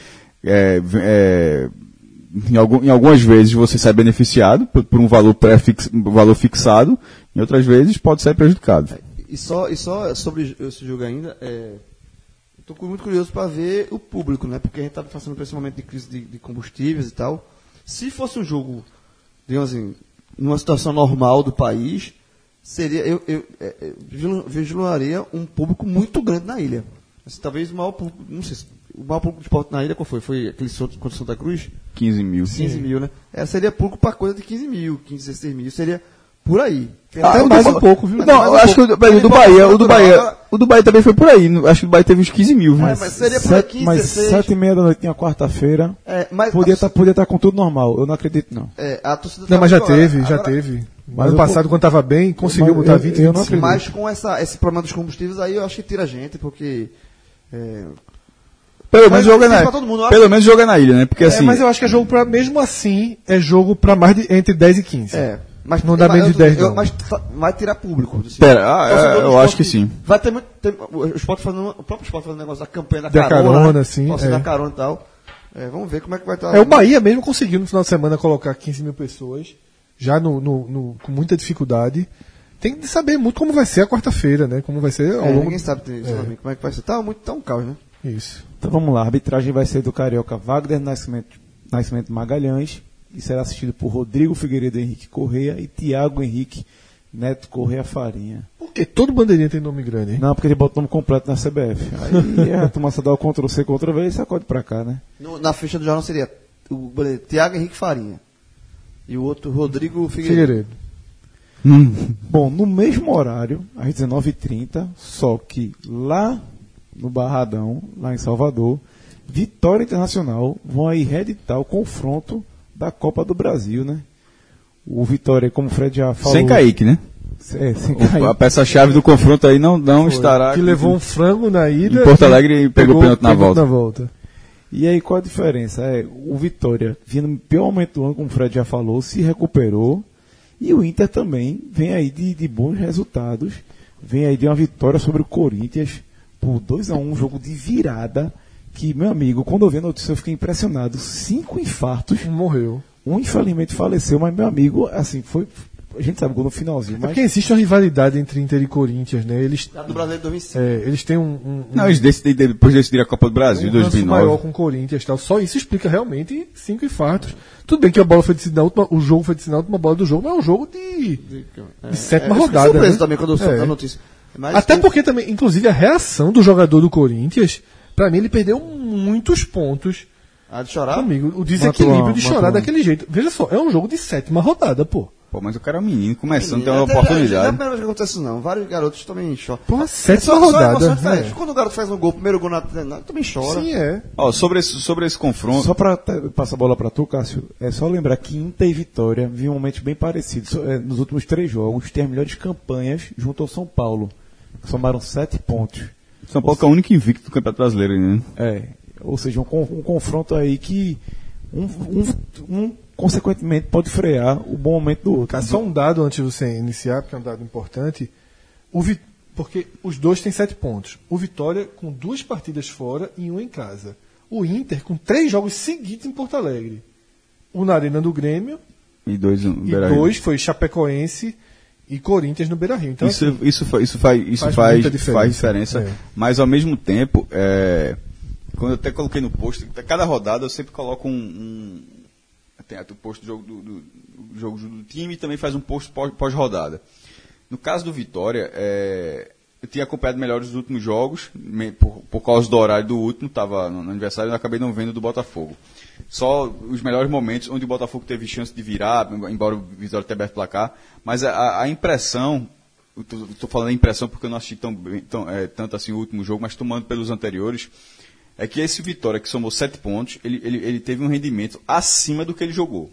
é, é, em, algum, em algumas vezes você sai beneficiado por, por um valor, pré-fix, um valor fixado, em outras vezes pode sair prejudicado.
E só, e só sobre esse jogo ainda, estou muito curioso para ver o público, né? Porque a gente está passando por esse momento de crise de, de combustíveis e tal. Se fosse um jogo, digamos assim, numa situação normal do país, seria, eu, eu, eu vislumbraria um público muito grande na ilha. Assim, talvez o maior público, não sei se, o maior público de esporte na ilha qual foi? Foi aquele contra Santa Cruz?
quinze mil.
quinze mil, né? É, seria público para coisa de quinze mil, quinze, dezesseis mil, seria por aí.
Até
Ah,
mais
do-
um pouco, viu?
Não,
mais
eu
um
acho que
pouco.
o, o do
Ele
Bahia, o do
bota-
Bahia, o do Bahia também foi por aí. Acho que o Bahia teve uns quinze mil.
É,
Mas,
mas seria por aí
Sete,
quinze,
mas
dezesseis.
sete e meia da noite, tinha quarta-feira.
É, mas
Podia
a,
estar podia tá com tudo normal. Eu não acredito, não.
é, a torcida
Não,
tá
mas já
muito
teve,
agora.
já
Agora,
teve.
Mas
ano
eu-
passado, quando tava bem, conseguiu
Mas
botar
eu-
vinte,
eu não
vinte e cinco.
Mas com essa, esse problema dos combustíveis aí, eu acho que tira a gente, porque... É,
pelo
Mas
menos joga
difícil
na,
pra todo mundo, eu
pelo
acho-
menos joga na ilha, né? Porque
É,
assim,
mas eu acho que é jogo pra, mesmo assim, é jogo pra mais de, entre dez e quinze.
é, mas,
Não dá
mas,
menos de
eu-
dez,
eu-
não.
Mas tá- vai tirar público. Assim.
Pera, ah,
Torcedor
é,
do
eu
esporte
acho que sim.
Vai ter muito... Tem, o esporte fazendo, o próprio esporte fazendo negócio da campanha da,
Da
carona,
carona,
né?
sim,
Torcida
é.
da carona e tal. É, vamos ver como é que vai estar...
É, o Bahia mesmo conseguiu no final de semana colocar quinze mil pessoas, já no, no- no- com muita dificuldade. Tem que saber muito como vai ser a quarta-feira, né? Como vai ser ao
É,
longo.
ninguém sabe exatamente como é que vai ser. Tá muito tão caos, né?
Isso.
Então vamos lá, a arbitragem vai ser do carioca Wagner Nascimento, Nascimento Magalhães e será assistido por Rodrigo Figueiredo Henrique Correia e Tiago Henrique Neto Correia Farinha.
Porque todo bandeirinha tem nome grande, hein?
Não, porque ele bota o nome completo na C B F. Aí a turma só dá o Ctrl C, Ctrl V e sacode pra cá, né?
No- na ficha do jornal seria o goleiro Tiago Henrique Farinha e o outro Rodrigo Figueiredo.
Figueiredo.
Bom, no mesmo horário, às dezenove e trinta, só que lá no Barradão, lá em Salvador, Vitória Internacional vão aí reeditar o confronto da Copa do Brasil, né? O Vitória, como o Fred já falou...
sem Kaique, né?
É, sem
O-
Kaique.
a peça-chave do confronto aí não, não estará.
Que levou um frango na ida.
Em Porto Alegre e pegou o pênalti na volta.
na volta.
E aí, qual a diferença? É, o Vitória, vindo no pior momento do ano, como o Fred já falou, se recuperou. E o Inter também vem aí de, de bons resultados. Vem aí de uma vitória sobre o Corinthians por dois a um, um jogo de virada. Que, meu amigo, quando eu vi a notícia eu fiquei impressionado. Cinco infartos.
Um morreu.
Um infelizmente faleceu, mas meu amigo, assim, foi. A gente sabe, gol no finalzinho.
É
Mas
porque existe uma rivalidade entre Inter e Corinthians, né? Eles,
Do Brasileiro de dois mil e cinco.
é, eles têm um, um, um,
Não, eles decidiram, depois decidiram a Copa do Brasil,
um
dois
ranço
mil e
maior
nove.
com o Corinthians e tal. Só isso explica realmente cinco infartos. Tudo bem que a bola foi decidida na última, o jogo foi decidido na última bola do jogo, mas é um jogo de, de sétima
eu fiquei
rodada.
surpreso
Né?
também quando eu soube
É.
a notícia. Mas
Até
o-
porque também, inclusive, a reação do jogador do Corinthians, pra mim, ele perdeu muitos pontos
Ah, de chorar?
comigo. O desequilíbrio
Matou,
de
matou.
chorar daquele jeito. Veja só, é um jogo de sétima rodada, pô.
Pô, mas o cara é um menino, começando a ter
Menino,
uma
até- Não é a
oportunidade.
primeira vez que acontece isso, não. Vários garotos também choram.
Pô,
É
sétima
só- só
rodada.
emoção diferente.
né?
Quando o garoto faz um gol, primeiro gol na, na também chora.
Sim, é.
Ó, sobre esse, sobre esse confronto,
só para passar a bola para tu, Cássio, é só lembrar que Inter e Vitória viam momentos bem parecidos. So- é, nos últimos três jogos, tem as melhores campanhas junto ao São Paulo. Que somaram sete pontos.
São Paulo que é o único invicto do Campeonato Brasileiro, né?
É, ou seja, um, con- um confronto aí que, um, um, um, consequentemente, pode frear o bom momento do outro.
Cara, só um dado antes de você iniciar, porque é um dado importante. O Vi- Porque os dois têm sete pontos. O Vitória com duas partidas fora e um em casa. O Inter com três jogos seguidos em Porto Alegre. Um na Arena do Grêmio
E dois no
e
Beira-Rio.
dois foi Chapecoense e Corinthians no Beira-Rio. Então,
Isso,
assim,
isso, fa- isso faz, isso
faz
faz,
muita
faz
diferença.
diferença.
É.
Mas ao mesmo tempo, é, quando eu até coloquei no post, cada rodada eu sempre coloco um. um tem o post do jogo do, do, do jogo do time e também faz um post pós- pós-rodada. No caso do Vitória, é, eu tinha acompanhado melhor os últimos jogos, me- por, por causa do horário do último, estava no, no aniversário, eu acabei não vendo do Botafogo. Só os melhores momentos onde o Botafogo teve chance de virar, embora o Vitória tenha aberto o placar, mas a, a impressão, estou falando a impressão porque eu não assisti tão, bem- tão, é, tanto assim o último jogo, mas tomando pelos anteriores, é que esse Vitória que somou sete pontos, ele, ele, ele teve um rendimento acima do que ele jogou.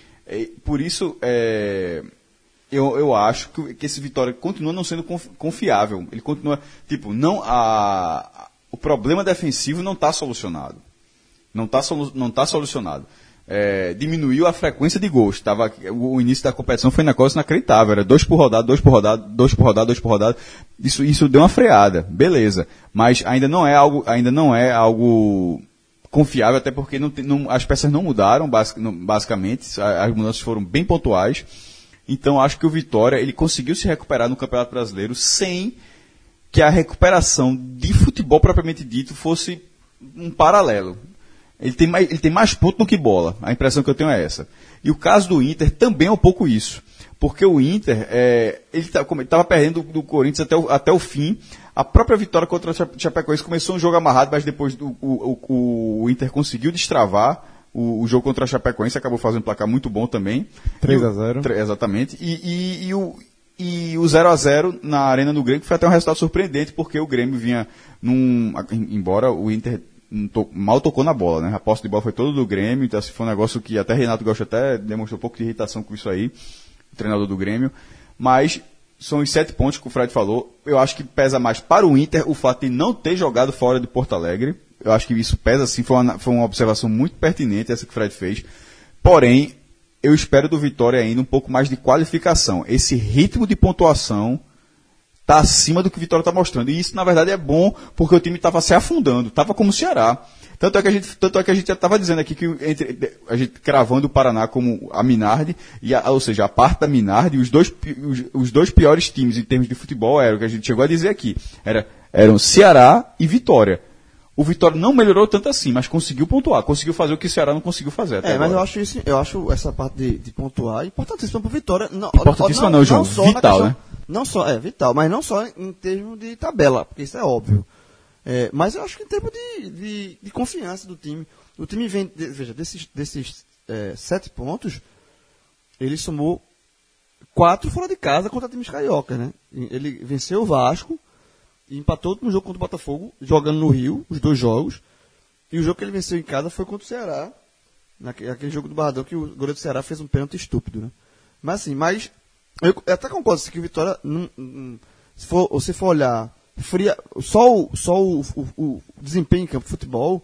É, por isso, é, eu, eu acho que, que esse Vitória continua não sendo confi- confiável. Ele continua, tipo, não, a, a- o problema defensivo não está solucionado. Não está solu, não tá solucionado. É, diminuiu a frequência de gols. Tava, o, o início da competição foi na coisa inacreditável. Era dois por rodada, dois por rodada, dois por rodada, dois por rodada. Isso, isso deu uma freada, beleza. Mas ainda não é algo, ainda não é algo confiável, até porque não tem, não, as peças não mudaram, basic, não, basicamente, as mudanças foram bem pontuais. Então, acho que o Vitória ele conseguiu se recuperar no Campeonato Brasileiro sem que a recuperação de futebol propriamente dito fosse um paralelo. Ele tem mais, ele tem mais ponto do que bola. A impressão que eu tenho é essa. E o caso do Inter também é um pouco isso. Porque o Inter, é, ele estava perdendo do Corinthians até o, até o fim. A própria vitória contra o Chapecoense começou um jogo amarrado, mas depois do, o, o, o Inter conseguiu destravar o, o jogo contra a Chapecoense, acabou fazendo um placar muito bom também.
três a zero.
Exatamente. E, e, e o... E o zero a zero na Arena do Grêmio foi até um resultado surpreendente, porque o Grêmio vinha num... Embora o Inter to, mal tocou na bola, né? A posse de bola foi toda do Grêmio, então assim, foi um negócio que até Renato Gaúcho até demonstrou um pouco de irritação com isso aí, o treinador do Grêmio. Mas são os sete pontos que o Fred falou. Eu acho que pesa mais para o Inter o fato de não ter jogado fora de Porto Alegre. Eu acho que isso pesa, sim, foi uma, foi uma observação muito pertinente essa que o Fred fez. Porém, eu espero do Vitória ainda um pouco mais de qualificação. Esse ritmo de pontuação está acima do que o Vitória está mostrando. E isso, na verdade, é bom, porque o time estava se afundando. Estava como o Ceará. Tanto é que a gente, tanto é que a gente já estava dizendo aqui que entre, a gente cravando o Paraná como a Minardi, e a, ou seja, a parte da Minardi, os dois, os, os dois piores times em termos de futebol eram o que a gente chegou a dizer aqui. Era, eram Ceará e Vitória. O Vitória não melhorou tanto assim, mas conseguiu pontuar, conseguiu fazer o que o Ceará não conseguiu fazer até
É, mas
agora.
eu acho isso, eu acho essa parte de, de pontuar importantíssima para o Vitória. Não,
importantíssima não, não, João,
não
vital,
questão,
né?
Não só, é, vital, mas não só em termos de tabela, porque isso é óbvio. É, mas eu acho que em termos de, de, de confiança do time. O time vem, de, veja, desses, desses é, sete pontos, ele somou quatro fora de casa contra times cariocas, né? Ele venceu o Vasco, e empatou no jogo contra o Botafogo, jogando no Rio, os dois jogos. E o jogo que ele venceu em casa foi contra o Ceará, naquele, naquele jogo do Barradão, que o goleiro do Ceará fez um pênalti estúpido, né? Mas assim, mas eu, eu até concordo que o Vitória, não, não, se for, você for olhar fria, só o, só o, o, o desempenho em campo de futebol,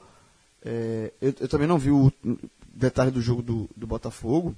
é, eu, eu também não vi o detalhe do jogo do, do Botafogo,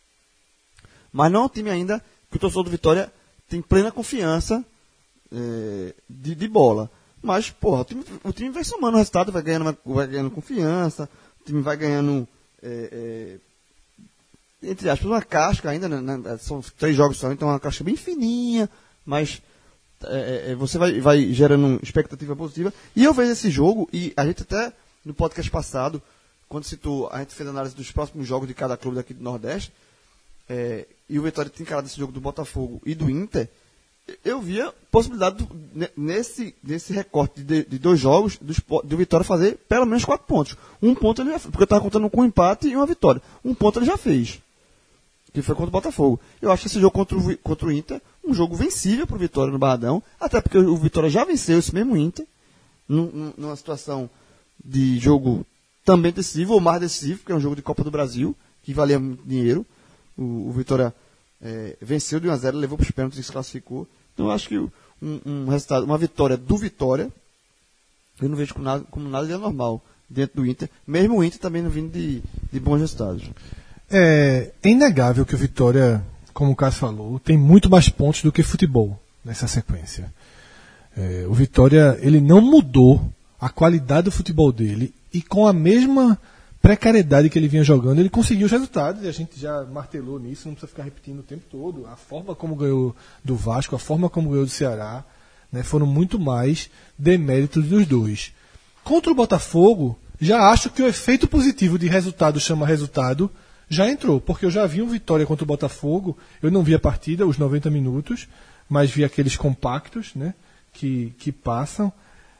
mas não é um time ainda que o torcedor do Vitória tem plena confiança É, de, de bola. Mas, porra, o time, o time vai somando o resultado, vai ganhando, vai ganhando confiança, o time vai ganhando, é, é, entre aspas, uma casca ainda, né, né, são três jogos só, então é uma casca bem fininha, mas é, é, você vai, vai gerando expectativa positiva. E eu vejo esse jogo, e a gente até, no podcast passado, quando citou, a gente fez análise dos próximos jogos de cada clube daqui do Nordeste, é, e o Vitória tinha encarado esse jogo do Botafogo e do Inter, eu via possibilidade do, nesse, nesse recorte de, de dois jogos do, do Vitória fazer pelo menos quatro pontos. Um ponto ele já fez, porque eu estava contando com um empate e uma vitória. Um ponto ele já fez, que foi contra o Botafogo. Eu acho que esse jogo contra o, contra o Inter, um jogo vencível para o Vitória no Barradão, até porque o Vitória já venceu esse mesmo Inter, num, numa situação de jogo também decisivo, ou mais decisivo, porque é um jogo de Copa do Brasil, que valia muito dinheiro. O, o Vitória é, venceu de um a zero, levou para os pênaltis e se classificou. Então eu acho que um, um resultado, uma vitória do Vitória, eu não vejo como nada, como nada de anormal dentro do Inter, mesmo o Inter também não vindo de, de bons resultados.
É, é inegável que o Vitória, como o Cássio falou, tem muito mais pontos do que futebol nessa sequência. É, o Vitória, ele não mudou a qualidade do futebol dele, e com a mesma precariedade que ele vinha jogando, ele conseguiu os resultados, e a gente já martelou nisso, não precisa ficar repetindo o tempo todo. A forma como ganhou do Vasco, a forma como ganhou do Ceará, né, foram muito mais deméritos dos dois. Contra o Botafogo, já acho que o efeito positivo de resultado chama resultado já entrou, porque eu já vi um Vitória contra o Botafogo, eu não vi a partida, os noventa minutos, mas vi aqueles compactos, né, que, que passam,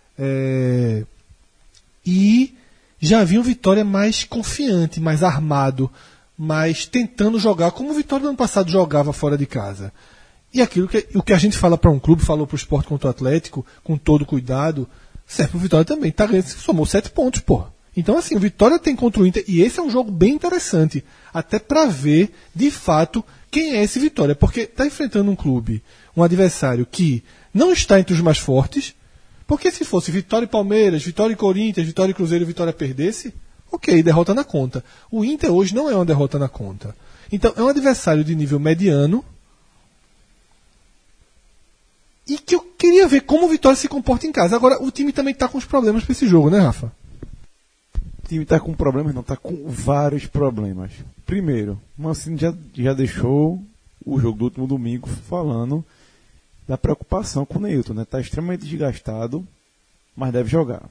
é, e já vi um Vitória mais confiante, mais armado, mais tentando jogar como o Vitória do ano passado jogava fora de casa. E aquilo que, o que a gente fala para um clube, falou para o Sport contra o Atlético, com todo cuidado, serve para o Vitória também. Tá, somou sete pontos, porra. Então, assim, o Vitória tem contra o Inter, e esse é um jogo bem interessante, até para ver, de fato, quem é esse Vitória. Porque está enfrentando um clube, um adversário que não está entre os mais fortes. Porque se fosse Vitória e Palmeiras, Vitória e Corinthians, Vitória e Cruzeiro e Vitória perdesse, ok, derrota na conta. O Inter hoje não é uma derrota na conta. Então é um adversário de nível mediano e que eu queria ver como o Vitória se comporta em casa. Agora, o time também está com os problemas para esse jogo, né, Rafa?
time está com problemas, não, está com vários problemas. Primeiro, Mancini já, já deixou o jogo do último domingo falando da preocupação com o Neilton, né? Está extremamente desgastado, mas deve jogar.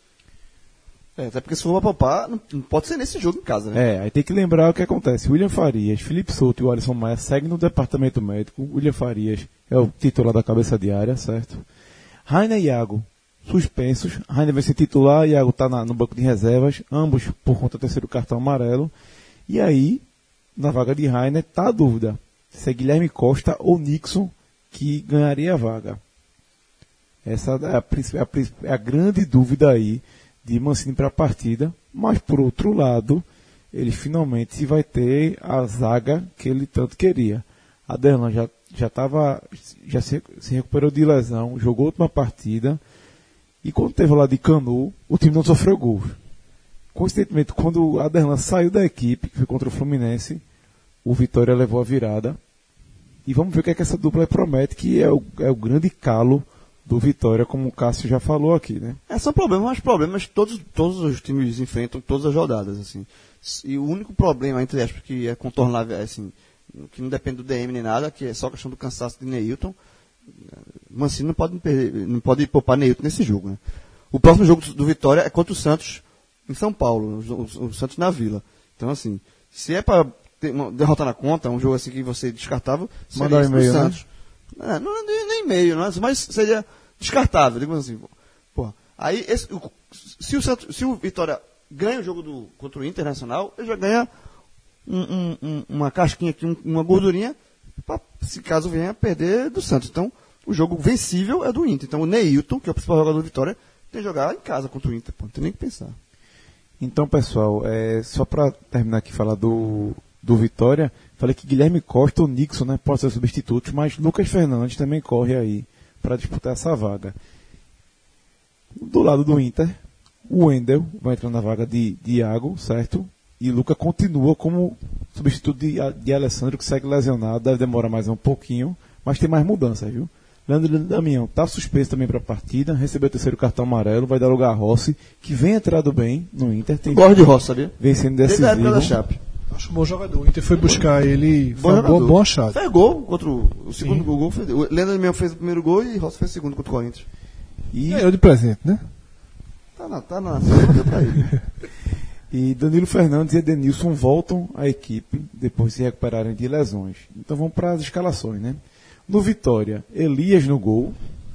É, até porque se for pra poupar, não, não pode ser nesse jogo em casa, né?
É, aí tem que lembrar o que acontece. William Farias, Felipe Souto e o Alisson Maia seguem no departamento médico. William Farias é o titular da cabeça de área, certo? Rainer e Iago suspensos. Rainer vai ser titular, Iago está no banco de reservas, ambos por conta do terceiro cartão amarelo. E aí, na vaga de Rainer, está a dúvida se é Guilherme Costa ou Nixon que ganharia a vaga. Essa é a, é a, é a grande dúvida aí de Mancini para a partida, mas por outro lado, ele finalmente vai ter a zaga que ele tanto queria. Aderlan já já tava, já se, se recuperou de lesão, jogou a última partida, e quando teve lá de Canu, o time não sofreu gols. Coincidentemente, quando o Aderlan saiu da equipe, que foi contra o Fluminense, o Vitória levou a virada. E vamos ver o que é que essa dupla promete, que é o, é o grande calo do Vitória, como o Cássio já falou aqui, né?
É, são problemas, mas problemas que todos, todos os times enfrentam todas as rodadas, assim. E o único problema, entre aspas, que é contornável, assim, que não depende do D M nem nada, que é só questão do cansaço de Neilton. Mancini não pode, perder, não pode poupar Neilton nesse jogo, né? O próximo jogo do Vitória é contra o Santos em São Paulo, o, o, o Santos na Vila. Então, assim, se é para derrotar na conta, um jogo assim que você descartável,
mandar
seria
e-mail,
o Santos. Né? É, não é nem e-mail, não é, mas seria descartável, digamos assim. Porra. Aí, esse, o, se, o Santos, se o Vitória ganha o jogo do, contra o Internacional, ele já ganha um, um, um, uma casquinha aqui, um, uma gordurinha, pra, se caso venha a perder do Santos. Então, o jogo vencível é do Inter. Então, o Neilton, que é o principal jogador do Vitória, tem que jogar em casa contra o Inter. Pô, não tem nem que pensar.
Então, pessoal, é, só para terminar aqui falar do, do Vitória, falei que Guilherme Costa ou Nixon, né, pode ser substituto, mas Lucas Fernandes também corre aí para disputar essa vaga. Do lado do Inter, o Wendel vai entrar na vaga de, de Iago, certo? E Luca continua como substituto de, de Alessandro, que segue lesionado, deve demorar mais um pouquinho, mas tem mais mudanças, viu? Leandro Damião está suspenso também para a partida, recebeu o terceiro cartão amarelo, vai dar lugar a Rossi, que vem entrado bem no Inter. Tem
gosto de Rossi, sabia?
Vem sendo
Desde a época da
decisivo.
Chape.
Acho um bom jogador. O Inter foi buscar ele,
Bom
foi um bom,
jogador.
bom achado.
Fez gol contra o, o segundo
Sim.
gol. Fez, o Leandro Damião fez o primeiro gol e Rossi fez o segundo contra o Corinthians.
E,
Ganhou de presente, né?
Tá na, tá na, deu pra ele.
e Danilo Fernandes e Edenilson voltam à equipe depois de se recuperarem de lesões. Então vamos para as escalações, né? No Vitória, Elias no gol.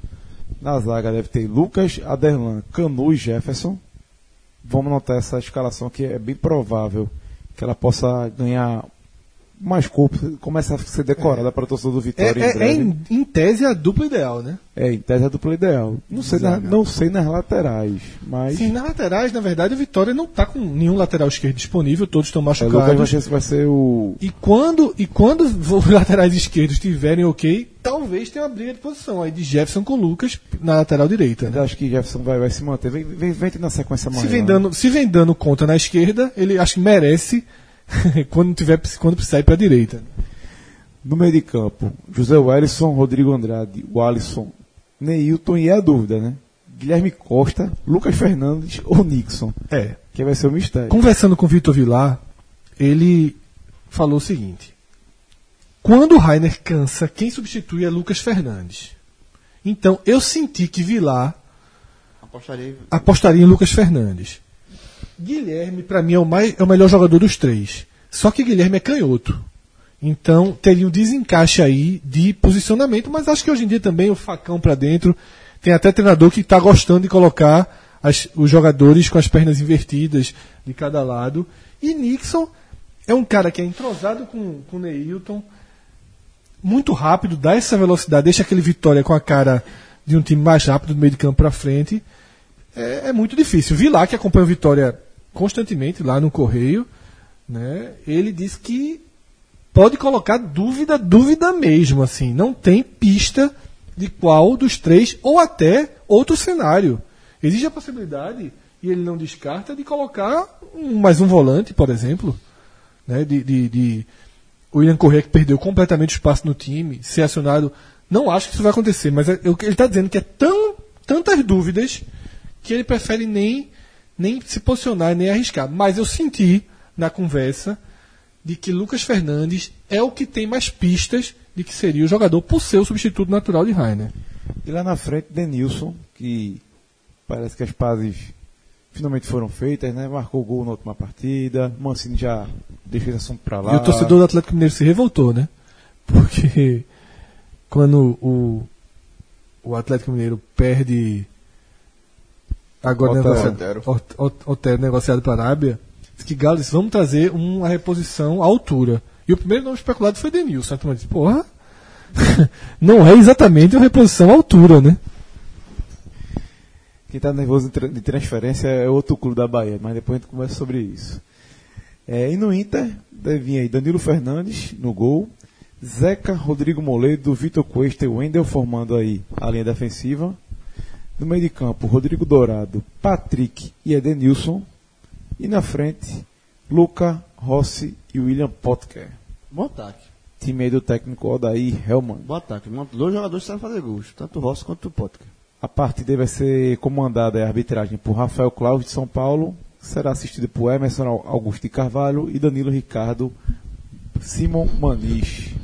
Na zaga deve ter Lucas, Aderlan, Canu e Jefferson. Vamos notar essa escalação que é bem provável que ela possa ganhar mais corpo, começa a ser decorada para o torcedor do
É,
Vitória em
é, é
breve.
em, em tese a dupla ideal, né?
É, em tese é a dupla ideal. Não sei, na,
Zaga.
não sei nas laterais, mas
Sim, nas laterais, na verdade, o Vitória não está com nenhum lateral esquerdo disponível, todos estão
é, Lucas
machucados.
vai ser, vai ser o...
E quando, e quando os laterais esquerdos estiverem ok, talvez tenha uma briga de posição aí de Jefferson com Lucas na lateral direita. Né?
Eu acho que Jefferson vai, vai se manter. Vem, vem, vem na sequência
Se
maior.
vem, dando, se vem dando conta na esquerda, ele acho que merece quando, tiver, quando precisar ir para a direita.
No meio de campo, José Wellison, Rodrigo Andrade, o Alisson, Neilton e é a dúvida, né? Guilherme Costa, Lucas Fernandes ou Nixon.
É.
Que vai ser o mistério.
Conversando com o Vitor Vilar, ele falou o seguinte: quando o Rainer cansa, quem substitui é Lucas Fernandes. Então, eu senti que Vilar
Apostaria.
apostaria em Lucas Fernandes. Guilherme, para mim, é o, mais, é o melhor jogador dos três. Só que Guilherme é canhoto. Então, teria um desencaixe aí de posicionamento, mas acho que hoje em dia também o facão para dentro. Tem até treinador que está gostando de colocar as, os jogadores com as pernas invertidas de cada lado. E Nixon é um cara que é entrosado com, com o Neilton, muito rápido, dá essa velocidade, deixa aquele Vitória com a cara de um time mais rápido do meio de campo para frente. É, é muito difícil. Vi lá que acompanha o Vitória constantemente lá no Correio, né? Ele disse que pode colocar dúvida, dúvida mesmo, assim. Não tem pista de qual dos três, ou até outro cenário. Existe a possibilidade, e ele não descarta, de colocar um, mais um volante, por exemplo, né? De, de, de o William Correa, que perdeu completamente o espaço no time, ser acionado. Não acho que isso vai acontecer, mas é, é, ele está dizendo que é tão, tantas dúvidas que ele prefere nem nem se posicionar, nem arriscar. Mas eu senti na conversa de que Lucas Fernandes é o que tem mais pistas de que seria o jogador por ser o substituto natural de Rainer.
E lá na frente, Denilson, que parece que as pazes finalmente foram feitas, né? Marcou gol na última partida, Mancini já deixou esse assunto pra lá.
E o torcedor do Atlético Mineiro se revoltou, né? Porque quando o, o Atlético Mineiro perde agora
Otero.
negociado, Ot- Ot- Otero negociado para a Arábia, diz que Galo disse, vamos trazer uma reposição à altura. E o primeiro nome especulado foi Denilson. A turma disse, porra, não é exatamente uma reposição à altura, né?
Quem está nervoso de, tra- de transferência é outro clube da Bahia, mas depois a gente conversa sobre isso. É, e no Inter, deve vir aí Danilo Fernandes no gol, Zeca, Rodrigo Moledo, Vitor Cuesta e Wendel formando aí a linha defensiva. No meio de campo, Rodrigo Dourado, Patrick e Edenilson. E na frente, Luca, Rossi e William Potker.
Bom ataque.
Time aí do técnico Odair Hellman.
Bom ataque. Dois jogadores que sabem fazer gols. Tanto o Rossi quanto o Potker.
A partida vai ser comandada a arbitragem por Rafael Claus de São Paulo, será assistido por Emerson Augusto de Carvalho e Danilo Ricardo Simon Maniche.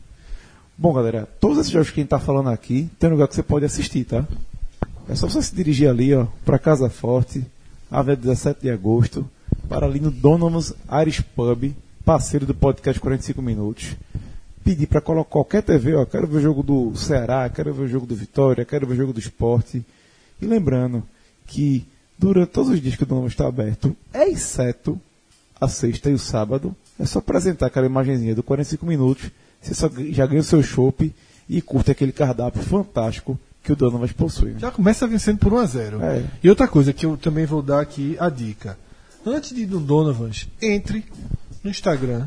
Bom, galera, todos esses jogos que a gente está falando aqui, tem um lugar que você pode assistir, tá? É só você se dirigir ali, ó, para Casa Forte, Avenida dezessete de agosto, para ali no Donovan's Irish Pub, parceiro do podcast quarenta e cinco minutos. Pedir para colocar qualquer T V, ó, quero ver o jogo do Ceará, quero ver o jogo do Vitória, quero ver o jogo do Sport. E lembrando que durante todos os dias que o Donovan está aberto, exceto a sexta e o sábado, é só apresentar aquela imagenzinha do quarenta e cinco minutos, você só já ganha o seu chopp e curte aquele cardápio fantástico que o Donovan possui. Né?
Já começa vencendo por um a zero.
É.
E outra coisa que eu também vou dar aqui a dica. Antes de ir no Donovan, entre no Instagram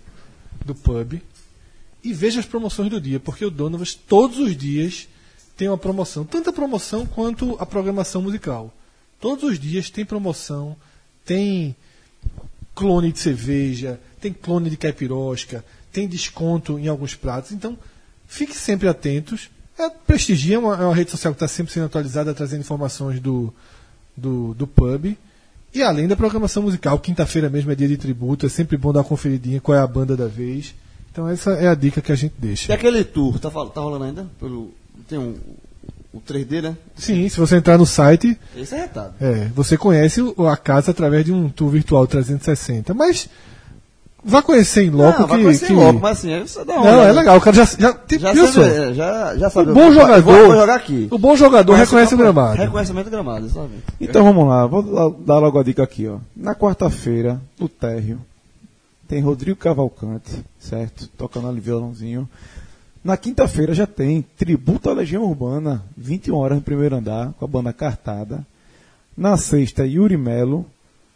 do pub e veja as promoções do dia, porque o Donovan todos os dias tem uma promoção, tanto a promoção quanto a programação musical. Todos os dias tem promoção, tem clone de cerveja, tem clone de caipirosca, tem desconto em alguns pratos. Então, fique sempre atentos. É, prestigia, é uma, é uma rede social que está sempre sendo atualizada, trazendo informações do, do, do pub. E além da programação musical, quinta-feira mesmo é dia de tributo, é sempre bom dar uma conferidinha qual é a banda da vez. Então essa é a dica que a gente deixa.
E aquele tour, tá, tá rolando ainda? Pelo, tem um, o três D, né?
Sim, se você entrar no site,
Esse é retado.
é, você conhece o- a casa através de um tour virtual trezentos e sessenta. Mas vá conhecer em loco
Não,
que...
vai conhecer
que...
logo, mas assim, aí você dá uma
Não,
olhada.
é legal, o cara já... Já, tem,
Já
viu
sabe,
só?
é, já, já sabe.
O bom
Eu vou-
jogador...
Vou, vou jogar aqui.
O bom jogador reconhece o gramado.
Reconhecimento do gramado, exatamente.
Então vamos lá, vou la- dar logo a dica aqui, ó. Na quarta-feira, no térreo, tem Rodrigo Cavalcante, certo? Tocando ali violãozinho. Na quinta-feira já tem Tributo à Legião Urbana, vinte e uma horas no primeiro andar, com a banda Cartada. Na sexta, Yuri Melo,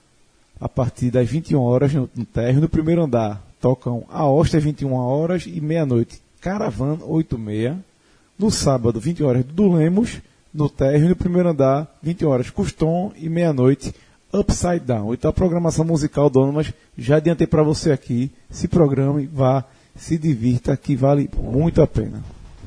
a partir das vinte e uma horas no, no térreo. No primeiro andar, tocam A Ostra, vinte e uma horas, e meia-noite, Caravan, oito e meia. No sábado, vinte horas, do Lemos, no térreo. No primeiro andar, vinte horas, Custom, e meia-noite, Upside Down. Então a programação musical, Donovan, já adiantei para você aqui. Se programe, vá, se divirta, que vale muito a pena.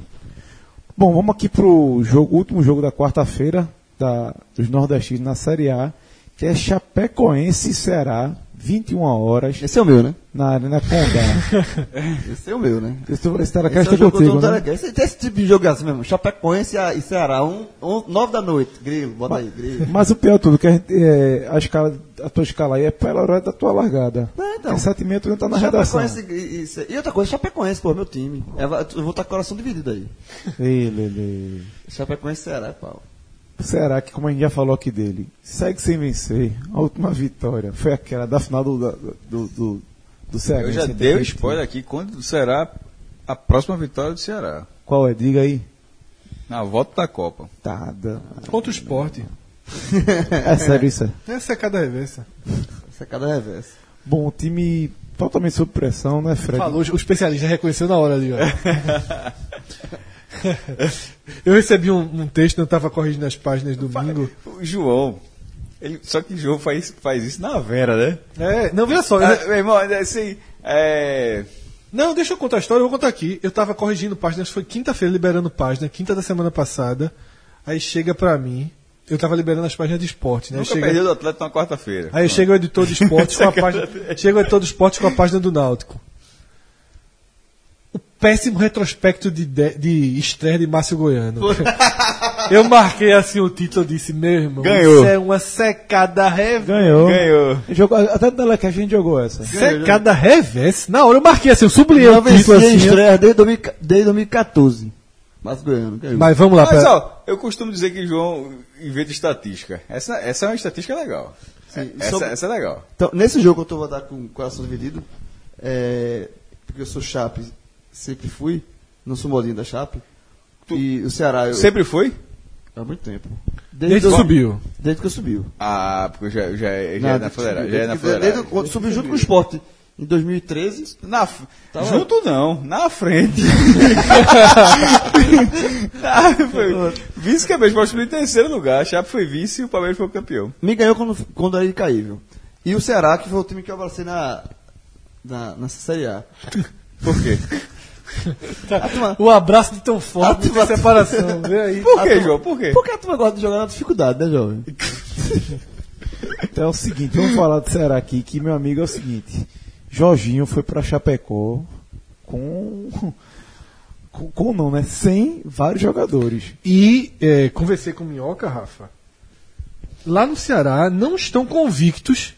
Bom, vamos aqui para o jogo, último jogo da quarta-feira da, dos nordestinos na Série A, que é Chapecoense e Ceará, vinte e uma horas,
Esse é o meu, né?
na Arena Condá.
Esse é o meu, né?
Esse esse
Esse
telecast
é
é
o jogo
contigo,
do
né?
Telecast. Esse, esse tipo de jogo é assim mesmo. Chapecoense e Ceará, um, um, nove da noite. Grilo, bota aí, grilo.
Mas o pior de tudo, que a, gente, é, a, escala, a tua escala aí é pela hora da tua largada.
É, então.
É sete e meia, tu não tá na redação.
Chapecoense e, e, e outra coisa, Chapecoense, pô, meu time. É, eu vou estar com o coração dividido aí.
Ei, Lele.
Chapecoense e Ceará, é pau.
Será que, como a gente já falou aqui dele, segue sem vencer? A última vitória foi aquela da final do, do, do, do, do Ceará.
Eu já dei o spoiler aqui quando será a próxima vitória do Ceará.
Qual é? Diga aí.
Na volta da Copa.
Tá, dá.
Contra o esporte.
É sério isso? é?
Essa é cada reversa.
Essa é cada reversa.
Bom, o time totalmente sob pressão, né, Fred?
Falou, o especialista reconheceu na hora ali, ó. Eu recebi um, um texto, eu estava corrigindo as páginas domingo.
O João. Ele, só que o João faz, faz isso na Vera, né?
É, não, veja só. eu-
Ah, meu irmão, assim, é...
Não, deixa eu contar a história, eu vou contar aqui. Eu estava corrigindo páginas, foi quinta-feira liberando página, quinta da semana passada. Aí chega pra mim eu tava liberando as páginas de esporte, né?
Nunca
Chega-
perdeu do Atlético na quarta-feira.
Aí chega o editor de esportes com a página. Chega o editor de esportes com a página do Náutico. O péssimo retrospecto de, de, de estreia de Márcio Goiano. Eu marquei assim o título e disse, meu irmão,
Ganhou.
isso é uma secada reversa.
Ganhou.
Ganhou.
Jogou, até no Telecast a gente jogou essa.
Secada reversa. Na hora eu marquei assim, eu sublinhei
Não
o título
vencia em
assim.
estreia desde, dois mil e- desde dois mil e catorze. Mas Goiano, ganhou.
Mas vamos lá.
Mas,
Pra...
ó, eu costumo dizer que João inventa estatística. Essa, essa é uma estatística legal.
Sim,
essa,
sobre-
essa é legal.
Então, nesse jogo eu tô, vou dar com o coração dividido, é, porque eu sou Chape, sempre fui, não sou molinho da Chape, e o Ceará... Eu,
Sempre foi?
Há muito tempo.
Desde que
dois-
subiu.
Desde que eu subiu.
Ah, porque já, já, já é
Não,
na
desde que
federal.
subiu.
Já é na
Desde que- desde
federal.
quando subiu junto com o Sport. Em dois mil e treze,
Na, f-
Tava-
junto não, na frente. Ah, foi, vice-campeão, o subiu em terceiro lugar. A Chape foi vice e o Palmeiras foi o campeão.
me ganhou quando, quando era incaível. E o Ceará, que foi o time que eu abracei na, na, nessa Série A.
Por quê?
A turma-
O abraço de tão forte,
Ah, tu-
de separação. Vê aí.
Por quê, João? Por quê?
Porque a turma gosta de jogar na dificuldade, né, jovem?
Então é o seguinte, vamos falar do Ceará aqui, que meu amigo é o seguinte. Jorginho foi pra Chapecó com... Com, com não, né? Sem vários jogadores.
E é, conversei com o Minhoca, Rafa. Lá no Ceará não estão convictos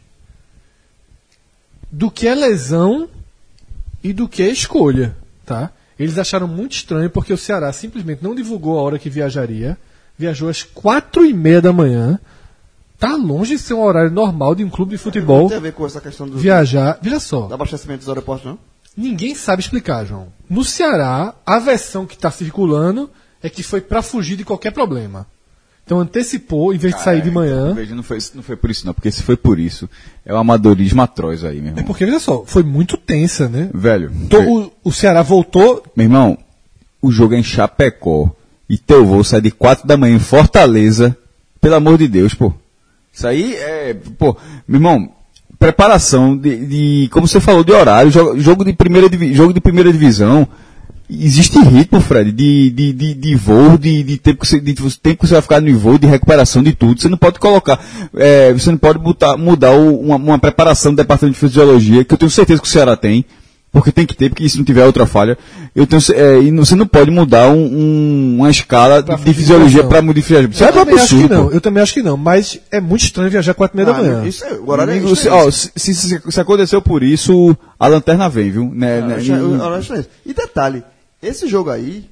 do que é lesão e do que é escolha, tá? Eles acharam muito estranho porque o Ceará simplesmente não divulgou a hora que viajaria. Viajou às quatro e meia da manhã. Tá longe de ser um horário normal de um clube de futebol
Não tem a ver com essa questão do,
viajar. Veja só.
do abastecimento dos aeroportos, não?
Ninguém sabe explicar, João. No Ceará, a versão que está circulando é que foi para fugir de qualquer problema. Então antecipou, em vez de sair de manhã.
Veja, não foi, não foi por isso não, porque se foi por isso, é o amadorismo atroz aí, meu irmão.
É porque, veja só, foi muito tensa, né?
Velho,
To- o, o Ceará voltou.
meu irmão, o jogo é em Chapecó e teu voo sai de quatro da manhã em Fortaleza, pelo amor de Deus, pô. Isso aí é, pô, meu irmão, preparação de, de como você falou, de horário, jogo, jogo, de, primeira, divi- jogo de primeira divisão, existe ritmo, Fred, de, de, de, de voo, de, de, tempo que você, de tempo que você vai ficar no voo, de recuperação de tudo. Você não pode colocar, é, você não pode botar, mudar o, uma, uma preparação do departamento de fisiologia, que eu tenho certeza que o Ceará tem, porque tem que ter, porque se não tiver outra falha, eu tenho, é, e não- você não pode mudar um, um, uma escala
Pra
de, de fisiologia
fisiologia.
para modificar. Isso é
Eu
um
também acho que
absurdo,
não,
pô.
eu também acho que não, mas é muito estranho viajar quatro e meia da
Ah,
manhã.
Isso é, o horário é
Amigo,
isso.
se, ó, se, se, se- se aconteceu por isso, a lanterna vem, viu? Né, né,
O horário é estranho. E detalhe, esse jogo aí,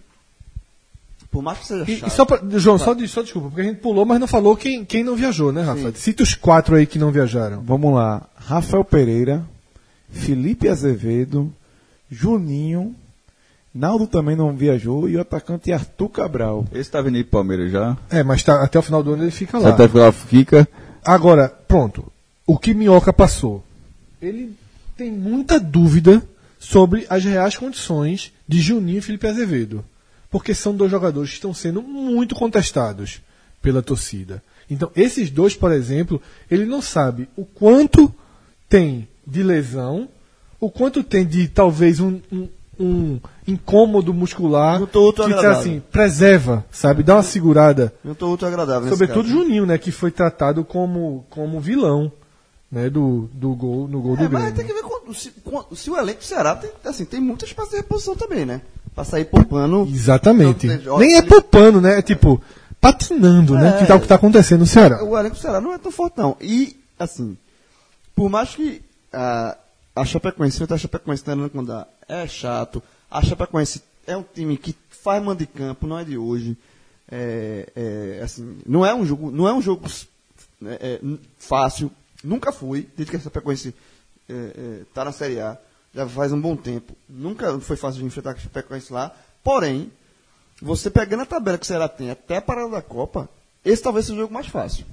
por mais que seja
E,
chato,
e só pra, João, só, de- só desculpa, porque a gente pulou, mas não falou quem, quem não viajou, né, Rafa? Cita os quatro aí que não viajaram.
Vamos lá. Rafael Pereira, Felipe Azevedo, Juninho, Naldo também não viajou e o atacante Arthur Cabral.
Esse tá vindo aí pro Palmeiras já.
É, mas tá, até o final do ano ele fica lá.
Até lá fica.
Agora, pronto. O que Minhoca passou? Ele tem muita dúvida sobre as reais condições de Juninho e Felipe Azevedo. Porque são dois jogadores que estão sendo muito contestados pela torcida. Então, esses dois, por exemplo, ele não sabe o quanto tem de lesão, o quanto tem de talvez um, um, um incômodo muscular.
Não tô muito
que diz
agradável.
assim, preserva, sabe? Dá uma segurada.
eu tô muito agradável nesse
Sobretudo
caso.
Juninho, né, que foi tratado como, como vilão, né, do, do gol, no gol
É,
do
mas
Grêmio.
tem que ver com, se, com- se o elenco do Ceará tem, assim, tem muito espaço de reposição também, né? Pra sair poupando.
Exatamente.
Não, tem- ó,
Nem é
ele-
poupando, né? É tipo, patinando, né?
É.
Que tá o que tá acontecendo no Ceará.
O elenco do Ceará não é tão forte, não. E, assim, por mais que a, a Chapecoense, a Chapecoense tá andando com dá, é chato. A Chapecoense é um time que faz mando de campo, não é de hoje. É, é, assim, não é um jogo, não é um jogo é, é, fácil. Nunca foi, desde que a Chapecoense é, é, tá na Série A. Já faz um bom tempo. Nunca foi fácil de enfrentar a Chapecoense lá. Porém, você pegando a tabela que o Ceará tem até a parada da Copa, esse talvez seja o jogo mais fácil.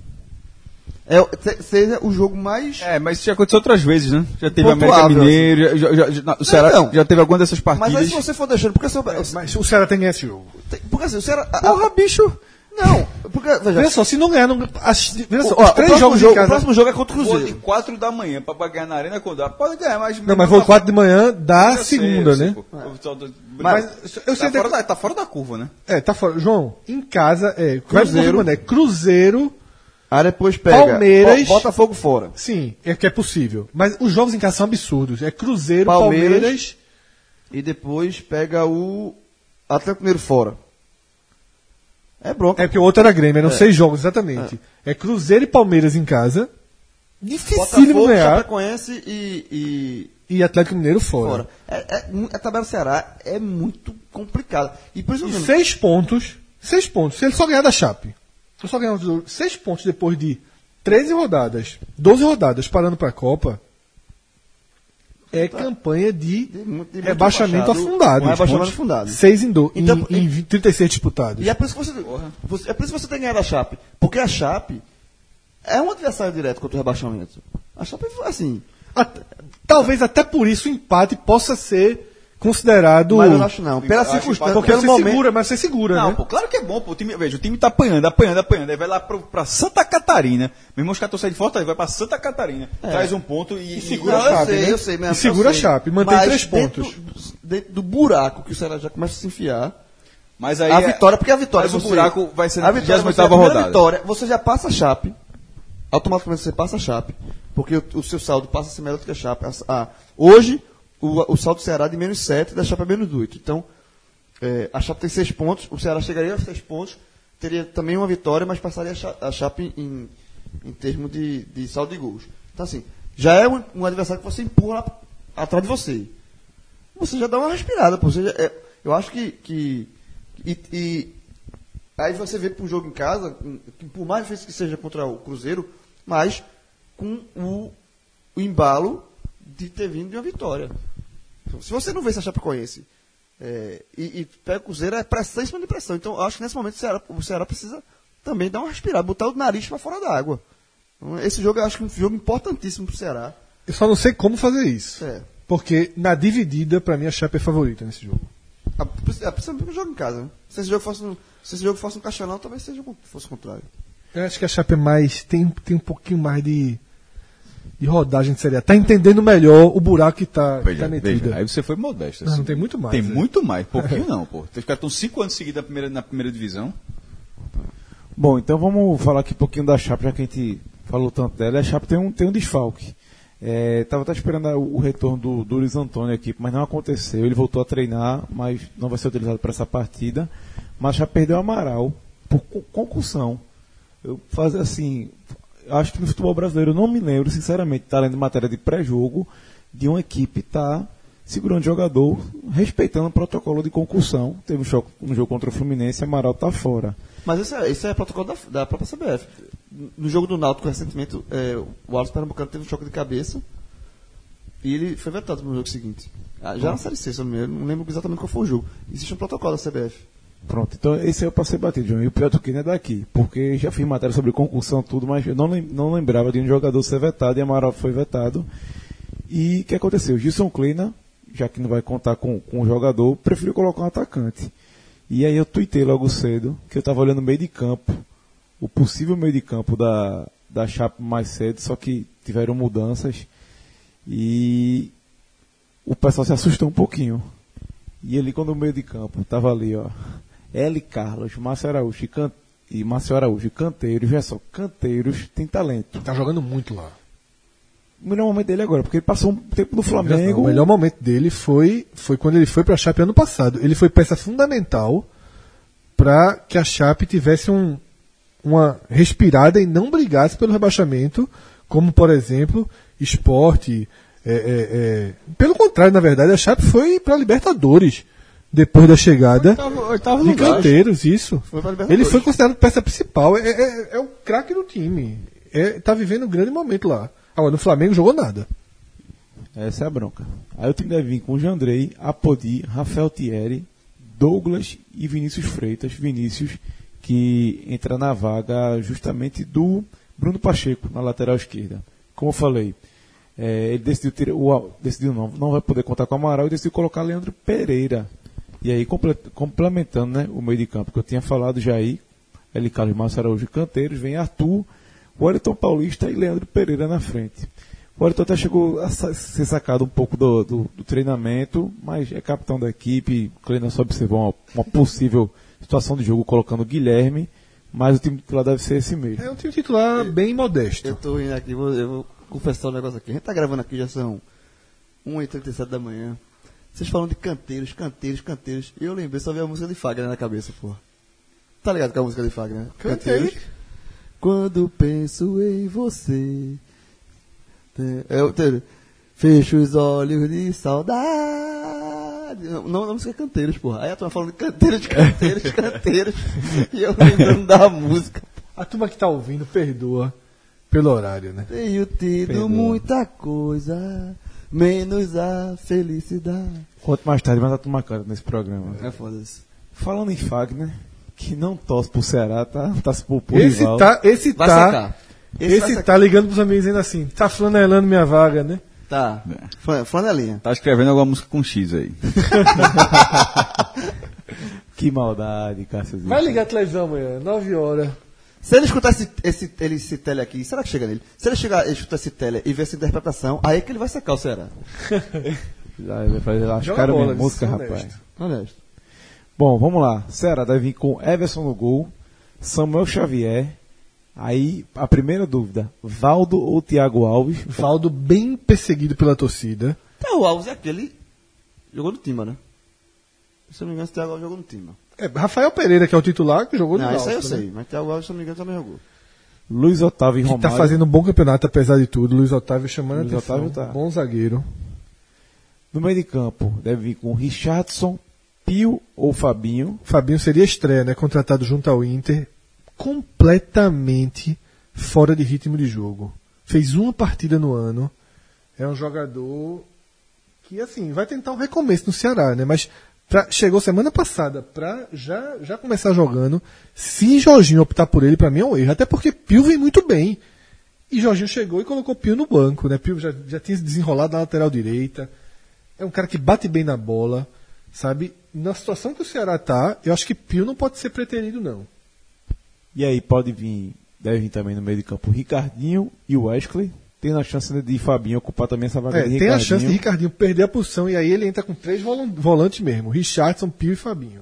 É, o- se- seja o jogo mais.
É, mas isso já aconteceu outras vezes, né? Já teve o América
Pontuável,
Mineiro, já, já, já, o Ceará
Então,
já teve alguma dessas partidas.
Mas aí se você for deixando. Porque, se eu-
Mas o Ceará tem esse jogo.
tem- porque assim, o Ceará. a-
Porra, bicho!
Não, porque, veja,
Veja só, se não ganhar, não, as, veja só,
ó,
os
o
três
próximo
jogos
jogo,
em casa.
o próximo jogo é contra o
Vou de
Cruzeiro.
quatro da manhã pra, pra ganhar na Arena Condá. Pode ganhar, mas...
Não, mas vou quatro de manhã da
Eu sei,
segunda,
eu sei,
né?
pô. Eu-
Mas eu
tá,
sei
fora
até-
da, tá fora da curva, né?
É, tá fora. João, em casa é
Cruzeiro.
Cruzeiro, é Cruzeiro,
Aí depois pega
Palmeiras.
Bo- Botafogo fora.
sim, é que é possível. Mas os jogos em casa são absurdos. É Cruzeiro,
Palmeiras.
Palmeiras.
E depois pega o Atlético Mineiro fora. É bronca.
É porque o outro era Grêmio, eram seis jogos, exatamente. É. Cruzeiro e Palmeiras em casa. Dificílimo
Botafogo,
ganhar.
Chapecoense e,
E Atlético Mineiro
e
fora.
fora. É, é, mu- a tabela do Ceará é muito complicada. E por isso
E
mesmo,
seis pontos. Seis pontos. Se ele só ganhar da Chape. Se ele só ganhar os- seis pontos depois de treze rodadas, doze rodadas parando para a Copa, é campanha de,
de muito- de muito
rebaixamento
rebaixado,
afundado.
um rebaixamento afundado.
seis em, do,
Então,
em, em trinta e seis disputados.
E é por isso que você, você- é por isso que você tem que ganhar da Chape. Porque a Chape é um adversário direto contra o rebaixamento. A Chape, assim...
At- Talvez até por isso o empate possa ser considerado.
Mas eu não acho não. Pela
Eu acho
circunstância,
Porque
pelo
você
momento...
segura, mas você segura,
Não,
né?
pô, claro que é bom, pô. O time, veja, o time tá apanhando, apanhando, apanhando. Aí vai lá pro, pra Santa Catarina. Meu irmão, os caras saem de Fortaleza, vai pra Santa Catarina. Traz um ponto e,
E segura
Não,
a Chape,
eu sei,
né?
eu sei mesmo.
E segura
eu sei.
a Chape, mantém
Mas
três
dentro-
pontos.
Dentro do buraco que o Ceará já começa a se enfiar...
Mas aí
A
é-
vitória, porque a vitória...
mas o
você-
buraco vai ser na
a vitória,
vigésima
você- a
oitava
primeira
rodada.
vitória, você já passa a Chape. Automaticamente você passa a Chape. Porque o, o seu saldo passa a ser melhor do que a Chape. A- a- hoje, o, o saldo do Ceará é de menos sete e da Chape é menos oito. Então, é, a Chape tem seis pontos, o Ceará chegaria a seis pontos, teria também uma vitória, mas passaria a Cha- a Chape em, em termos de, de saldo de gols. Então, assim, já é um, um adversário que você empurra lá atrás de você. Você já dá uma respirada, pô. Você já- é, eu acho que. que e, e aí você vê para um jogo em casa, que por mais difícil que seja contra o Cruzeiro, mas com o, o embalo de ter vindo de uma vitória. Se você não vê essa Chapecoense é, e, e pega o Cruzeiro, é pressão em cima de pressão. Então, eu acho que nesse momento o Ceará, o Ceará precisa também dar uma respirada, botar o nariz para fora da água. Então, esse jogo eu acho que é um jogo importantíssimo para o Ceará.
Eu só não sei como fazer isso.
É.
Porque na dividida, pra mim, a Chape é favorita nesse jogo.
A- a- Principalmente um jogo em casa. Né? Se esse jogo fosse um, se esse jogo fosse um castelão, talvez seja, o- fosse o contrário.
Eu acho que a Chape é mais. Tem, tem um pouquinho mais de. de rodagem de Série A. Tá entendendo melhor o buraco que tá, que
Veja,
tá metida.
veja, aí você foi modesto.
Não,
assim.
não tem muito mais,
Tem
né?
muito mais. Pouquinho não, pô. Os caras estão cinco anos seguidos na primeira, na primeira divisão.
Bom, então vamos falar aqui um pouquinho da Chape, já que a gente falou tanto dela. A Chape tem um, tem um desfalque. É, tava até esperando o, o retorno do, do Luiz Antônio aqui, mas não aconteceu. Ele voltou a treinar, mas não vai ser utilizado para essa partida. Mas já perdeu o Amaral por co- concussão. Eu fazer assim, acho que no futebol brasileiro eu não me lembro, sinceramente, tá lendo matéria de pré-jogo, de uma equipe tá segurando o jogador, respeitando o protocolo de concussão. Teve um jogo, um jogo contra o Fluminense, Amaral tá fora.
Mas esse é, esse é protocolo da, da própria C B F. No jogo do Náutico, recentemente, é, o Alves Pernambucano teve um choque de cabeça e ele foi vetado no jogo seguinte. Ah, já na Série C, se eu não me engano, não lembro exatamente qual foi o jogo. Existe um protocolo da C B F.
Pronto, então esse é o para ser batido, João. E o pior do que não é daqui, porque já fiz matéria sobre concussão tudo, mas eu não, lem- não lembrava de um jogador ser vetado e Amaral foi vetado. E o que aconteceu? Gilson Kleina, já que não vai contar com, com o jogador, preferiu colocar um atacante. E aí eu tuitei logo cedo que eu estava olhando o meio de campo, o possível meio de campo da, da Chape mais cedo, só que tiveram mudanças e o pessoal se assustou um pouquinho. E ali quando o meio de campo estava ali, ó, L. Carlos, Márcio Araújo e, Can... e Márcio Araújo, Canteiros, veja só, Canteiros tem talento.
Tá jogando muito lá.
O melhor momento dele agora, porque ele passou um tempo no Flamengo.
O melhor momento dele foi, foi quando ele foi pra Chape ano passado. Ele foi peça fundamental para que a Chape tivesse um, uma respirada e não brigasse pelo rebaixamento, como, por exemplo, Sport. É, é, é. Pelo contrário, na verdade, a Chape foi para Libertadores depois da chegada
Oitavo, oitavo
de
lugar.
Canteiros, isso.
Foi pra Libertadores.
Ele foi considerado peça principal. É, é, é o craque do time. É, tá vivendo um grande momento lá. Agora, no Flamengo jogou nada.
Essa é a bronca. Aí o time deve vir com o Jandrei, Apodi, Rafael Thierry, Douglas e Vinícius Freitas. Vinícius que entra na vaga justamente do Bruno Pacheco, na lateral esquerda. Como eu falei, é, ele decidiu, ter, o, decidiu não, não vai poder contar com o Amaral e decidiu colocar Leandro Pereira. E aí, comple, complementando, né, o meio de campo que eu tinha falado já aí, L. Carlos, Márcio Araújo e Canteiros, vem Arthur, Wellington Paulista e Leandro Pereira na frente. O Wellington até chegou a sa- ser sacado um pouco do, do, do treinamento, mas é capitão da equipe. O Kleina só observou uma, uma possível situação de jogo colocando o Guilherme, mas o time titular deve ser esse mesmo.
É um time titular bem modesto.
Eu tô rindo aqui, vou, eu vou confessar um negócio aqui. A gente tá gravando aqui, já são uma e trinta e sete da manhã. Vocês falam de canteiros, canteiros, canteiros. E eu lembrei, só vi a música de Fagner na cabeça, pô. Tá ligado com a música de Fagner?
Cantei.
Quando penso em você, eu, eu, fecho os olhos de saudade. Não, não, a música é Canteiros, porra. Aí a turma falando de canteiros, canteiros, canteiros. E eu lembrando da música.
A turma que tá ouvindo, perdoa pelo horário, né?
Tenho tido
Perdoa.
muita coisa, menos a felicidade.
Quanto mais tarde, mais a turma canta nesse programa.
É foda isso.
Falando em Fagner, que não torce pro Ceará, tá, tá se por, por
Esse
rival.
tá, esse
Vai
tá,
secar. Esse,
esse
vai secar.
tá ligando pros amigos dizendo assim, tá flanelando minha vaga, né?
Tá. Flan- Flanelinha.
Tá escrevendo alguma música com X aí.
Que maldade, Cássio.
Vai ligar a televisão amanhã, nove horas.
Se ele escutar esse, esse, ele, esse tele aqui, será que chega nele? Se ele chegar, ele escutar esse tele e ver essa interpretação, aí é que ele vai secar o Ceará.
Já vai fazer lá,
Joga
cara
bola,
minha música,
isso é
rapaz.
honesto.
Honesto.
Bom, vamos lá. Ceará deve vir com Everson no gol, Samuel Xavier. Aí, a primeira dúvida, Valdo ou Thiago Alves?
Valdo bem perseguido pela torcida.
Então, o Alves é aquele. Jogou no Tima, né? Se eu não me engano, esse Thiago Alves jogou no Tima.
É, Rafael Pereira, que é o titular, que jogou no
Não, isso aí eu
Náutico, né?
sei. Mas Thiago Alves, se eu não me engano, também jogou.
Luiz Otávio e
Que
Romário.
tá fazendo um bom campeonato, apesar de tudo. Luiz Otávio chamando
Luiz
a atenção.
Otávio tá.
Bom zagueiro.
No meio de campo, deve vir com Richardson, Pio ou Fabinho.
Fabinho seria estreia, né? Contratado junto ao Inter. Completamente fora de ritmo de jogo. Fez uma partida no ano. É um jogador que, assim, vai tentar um recomeço no Ceará, né? Mas pra, chegou semana passada pra já, já começar jogando. Se Jorginho optar por ele, pra mim é um erro. Até porque Pio vem muito bem. E Jorginho chegou e colocou Pio no banco, né? Pio já, já tinha se desenrolado na lateral direita. É um cara que bate bem na bola, sabe? Na situação que o Ceará tá, eu acho que Pio não pode ser preterido, não.
E aí pode vir, deve vir também no meio de campo Ricardinho e Wesley. Tem a chance de Fabinho ocupar também essa vaga
É,
de
tem
Ricardinho.
a chance de Ricardinho perder a posição e aí ele entra com três volan- volantes mesmo: Richardson, Pio e Fabinho.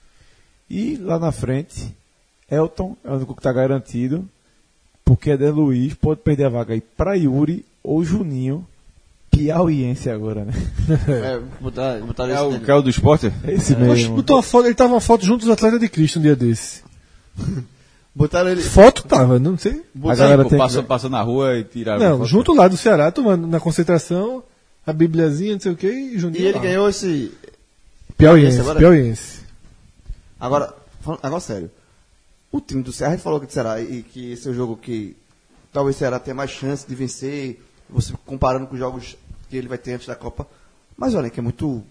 E lá na frente, Elton é o único que está garantido, porque Eder Luiz pode perder a vaga aí para Yuri ou Juninho, piauiense agora, né?
É, botar, botar
É
esse
o
nele.
que é o do esporte?
Esse
Poxa,
mesmo.
botou uma foto, ele tava uma foto junto dos atletas de Cristo um dia desse.
Botaram ele.
Foto tava, não sei.
A galera
Pô,
tem que-
passou, passou na rua e tiraram.
Não,
foto.
junto lá do Ceará, tomando na concentração, a bibliazinha, não sei o que, e Juninho
E ele
lá.
ganhou esse.
Piauiense,
Esse agora?
Piauiense.
Agora, fal- agora sério. O time do Ceará, a gente falou que do Ceará e que esse é o jogo que talvez o Ceará tenha mais chance de vencer, você comparando com os jogos que ele vai ter antes da Copa. Mas olha, que é muito.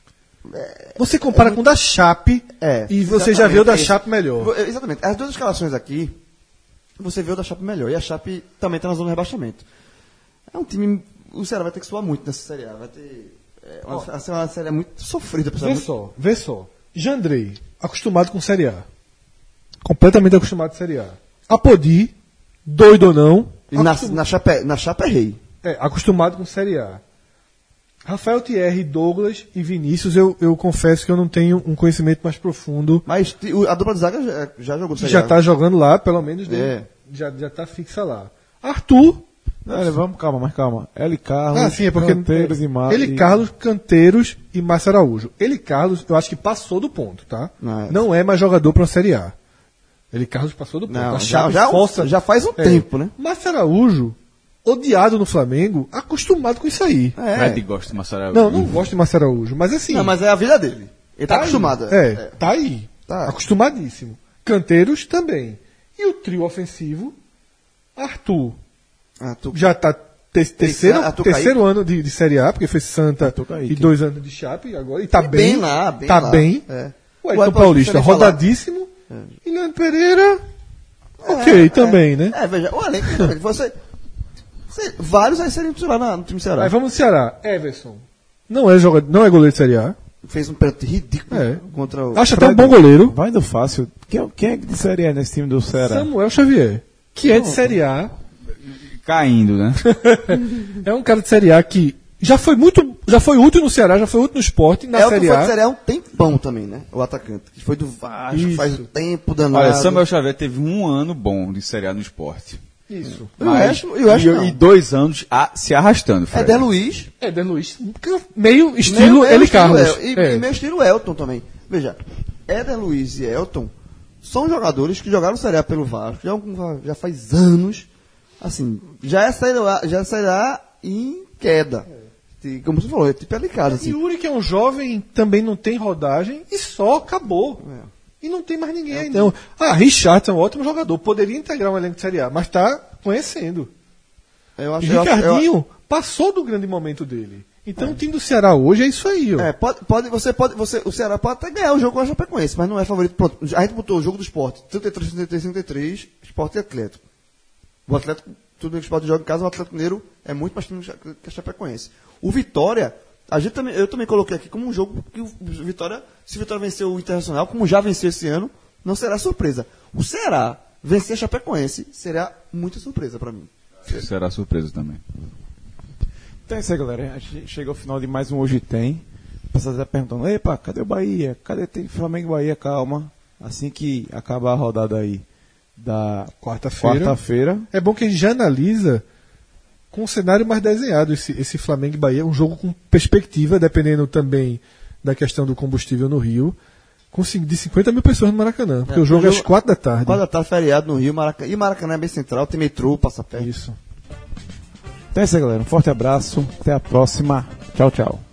Você compara com o da Chape
É,
e você já
exatamente,
vê o da
é isso.
Chape melhor.
Exatamente. As duas escalações aqui, você vê o da Chape melhor. E a Chape também está na zona de rebaixamento. É um time. O Ceará vai ter que suar muito nessa Série A. Vai ter. É uma, vai ser uma série muito sofrida.
Vê
muito,
só, vê só. Jandrei, acostumado com Série A. Completamente acostumado com Série A. Apodi, doido ou não,
E na,
acostum-
na, Chape, na Chape é rei.
é, acostumado com Série A. Rafael Thierry, Douglas e Vinícius, eu, eu confesso que eu não tenho um conhecimento mais profundo.
Mas ti- o- a dupla de zaga já, já jogou no
Que
Série
já
A.
está jogando lá, pelo menos, né?
É.
já, já tá fixa lá. Arthur,
Não, vamos, calma, mas calma. L. Carlos,
ah, sim, é porque
Canteiros e Mar...
ele,
e-
Carlos, Canteiros e Márcio Araújo. Ele, Carlos, eu acho que passou do ponto, tá?
Não, é-
Não é mais jogador para uma Série A. Ele, Carlos, passou do ponto.
Não,
A
já,
Chape
já,
força-
já faz um
É.
tempo, né?
Márcio Araújo, odiado no Flamengo, acostumado com isso aí.
É.
Fred gosta de Massarau.
Não, não gosto de Márcio Araújo, mas assim.
Não, mas é a vida dele. Ele tá,
aí.
acostumado.
É, tá aí.
Tá.
Acostumadíssimo. Canteiros também. E o trio ofensivo, Arthur,
Ah, tu-
já tá te- terceiro,
Arthur
terceiro ano de, de Série A, porque foi Santa
Arthur Kaique.
e dois anos de Chape agora, e tá
E
bem,
bem lá, bem
tá
lá.
bem.
É.
O
O
Elton
Elton
Paulista,
Paulista nem
rodadíssimo, e Leandro Pereira, ok,
É,
também,
é.
né?
É, veja, o elenco também. Você, você, vários aí seriam titular na- no time do Ceará.
Aí vamos no Ceará, Everson, não é, jogador, não é goleiro de Série A,
fez um pênalti ridículo
É.
contra o...
Acho até um
Fred,
bom goleiro.
Vai do fácil. Quem, quem é que de Série A nesse time do Ceará?
Samuel Xavier, que é de Série A.
Caindo, né?
É um cara de Série A que já foi muito, já foi útil no Ceará, já foi útil no Sport, na
Elton
Série
foi de
A.
Série A há um tempão também, né? O atacante. Que foi do Vasco,
Isso.
faz um tempo danado.
Olha, Samuel Xavier teve um ano bom de Série A no esporte.
Isso.
E o resto, e o resto
e,
não.
e dois anos a- se arrastando, Fred.
Éder Luiz.
É, Dan Luiz, meio estilo
meio- meio
ele
estilo
Carlos.
El- E,
É.
e meio estilo Elton também. Veja, Éder Luiz e Elton são jogadores que jogaram Série A pelo Vasco já, algum- já faz anos. Assim, já é Série A, já sairá em queda. E, como você falou, é tipo Alicado,
E
assim.
Yuri, que é um jovem, também não tem rodagem e só acabou.
É.
E não tem mais ninguém aí, não. Ah, Richard é um ótimo jogador, poderia integrar um elenco de Série A, mas está conhecendo.
Eu
E
acho, eu acho- eu-
Ricardinho passou do grande momento dele. Então o time do Ceará hoje é isso aí, ó.
É, pode, pode, você pode, você, o Ceará pode até ganhar o jogo com a Chapecoense, mas não é favorito. Pronto, a gente botou o jogo do Sport, trinta e três, trinta e três, trinta e três, Sport e Atlético. O Atlético, tudo bem que o Sport joga em casa, o Atlético Mineiro é muito mais time que a Chapecoense. O Vitória, a gente também, eu também coloquei aqui como um jogo que o Vitória, se o Vitória vencer o Internacional, como já venceu esse ano, não será surpresa. O Ceará vencer a Chapecoense será muita surpresa para mim.
Será surpresa também.
Então é isso aí, galera. A gente chega ao final de mais um Hoje Tem. O pessoal está perguntando, epa, cadê o Bahia? Cadê tem Flamengo e Bahia? Calma. Assim que acabar a rodada aí da
Quarta-feira.
quarta-feira.
É bom que a gente já analisa com um cenário mais desenhado esse, esse Flamengo e Bahia, um jogo com perspectiva, dependendo também da questão do combustível no Rio, com cin- de cinquenta mil pessoas no Maracanã, porque
É,
o jogo
o
é às
jogo-
quatro da tarde.
Quando tá feriado no Rio, Maracanã, e Maracanã é bem central, tem metrô, passa perto.
Isso.
Então é isso aí, galera. Um forte abraço. Até a próxima. Tchau, tchau.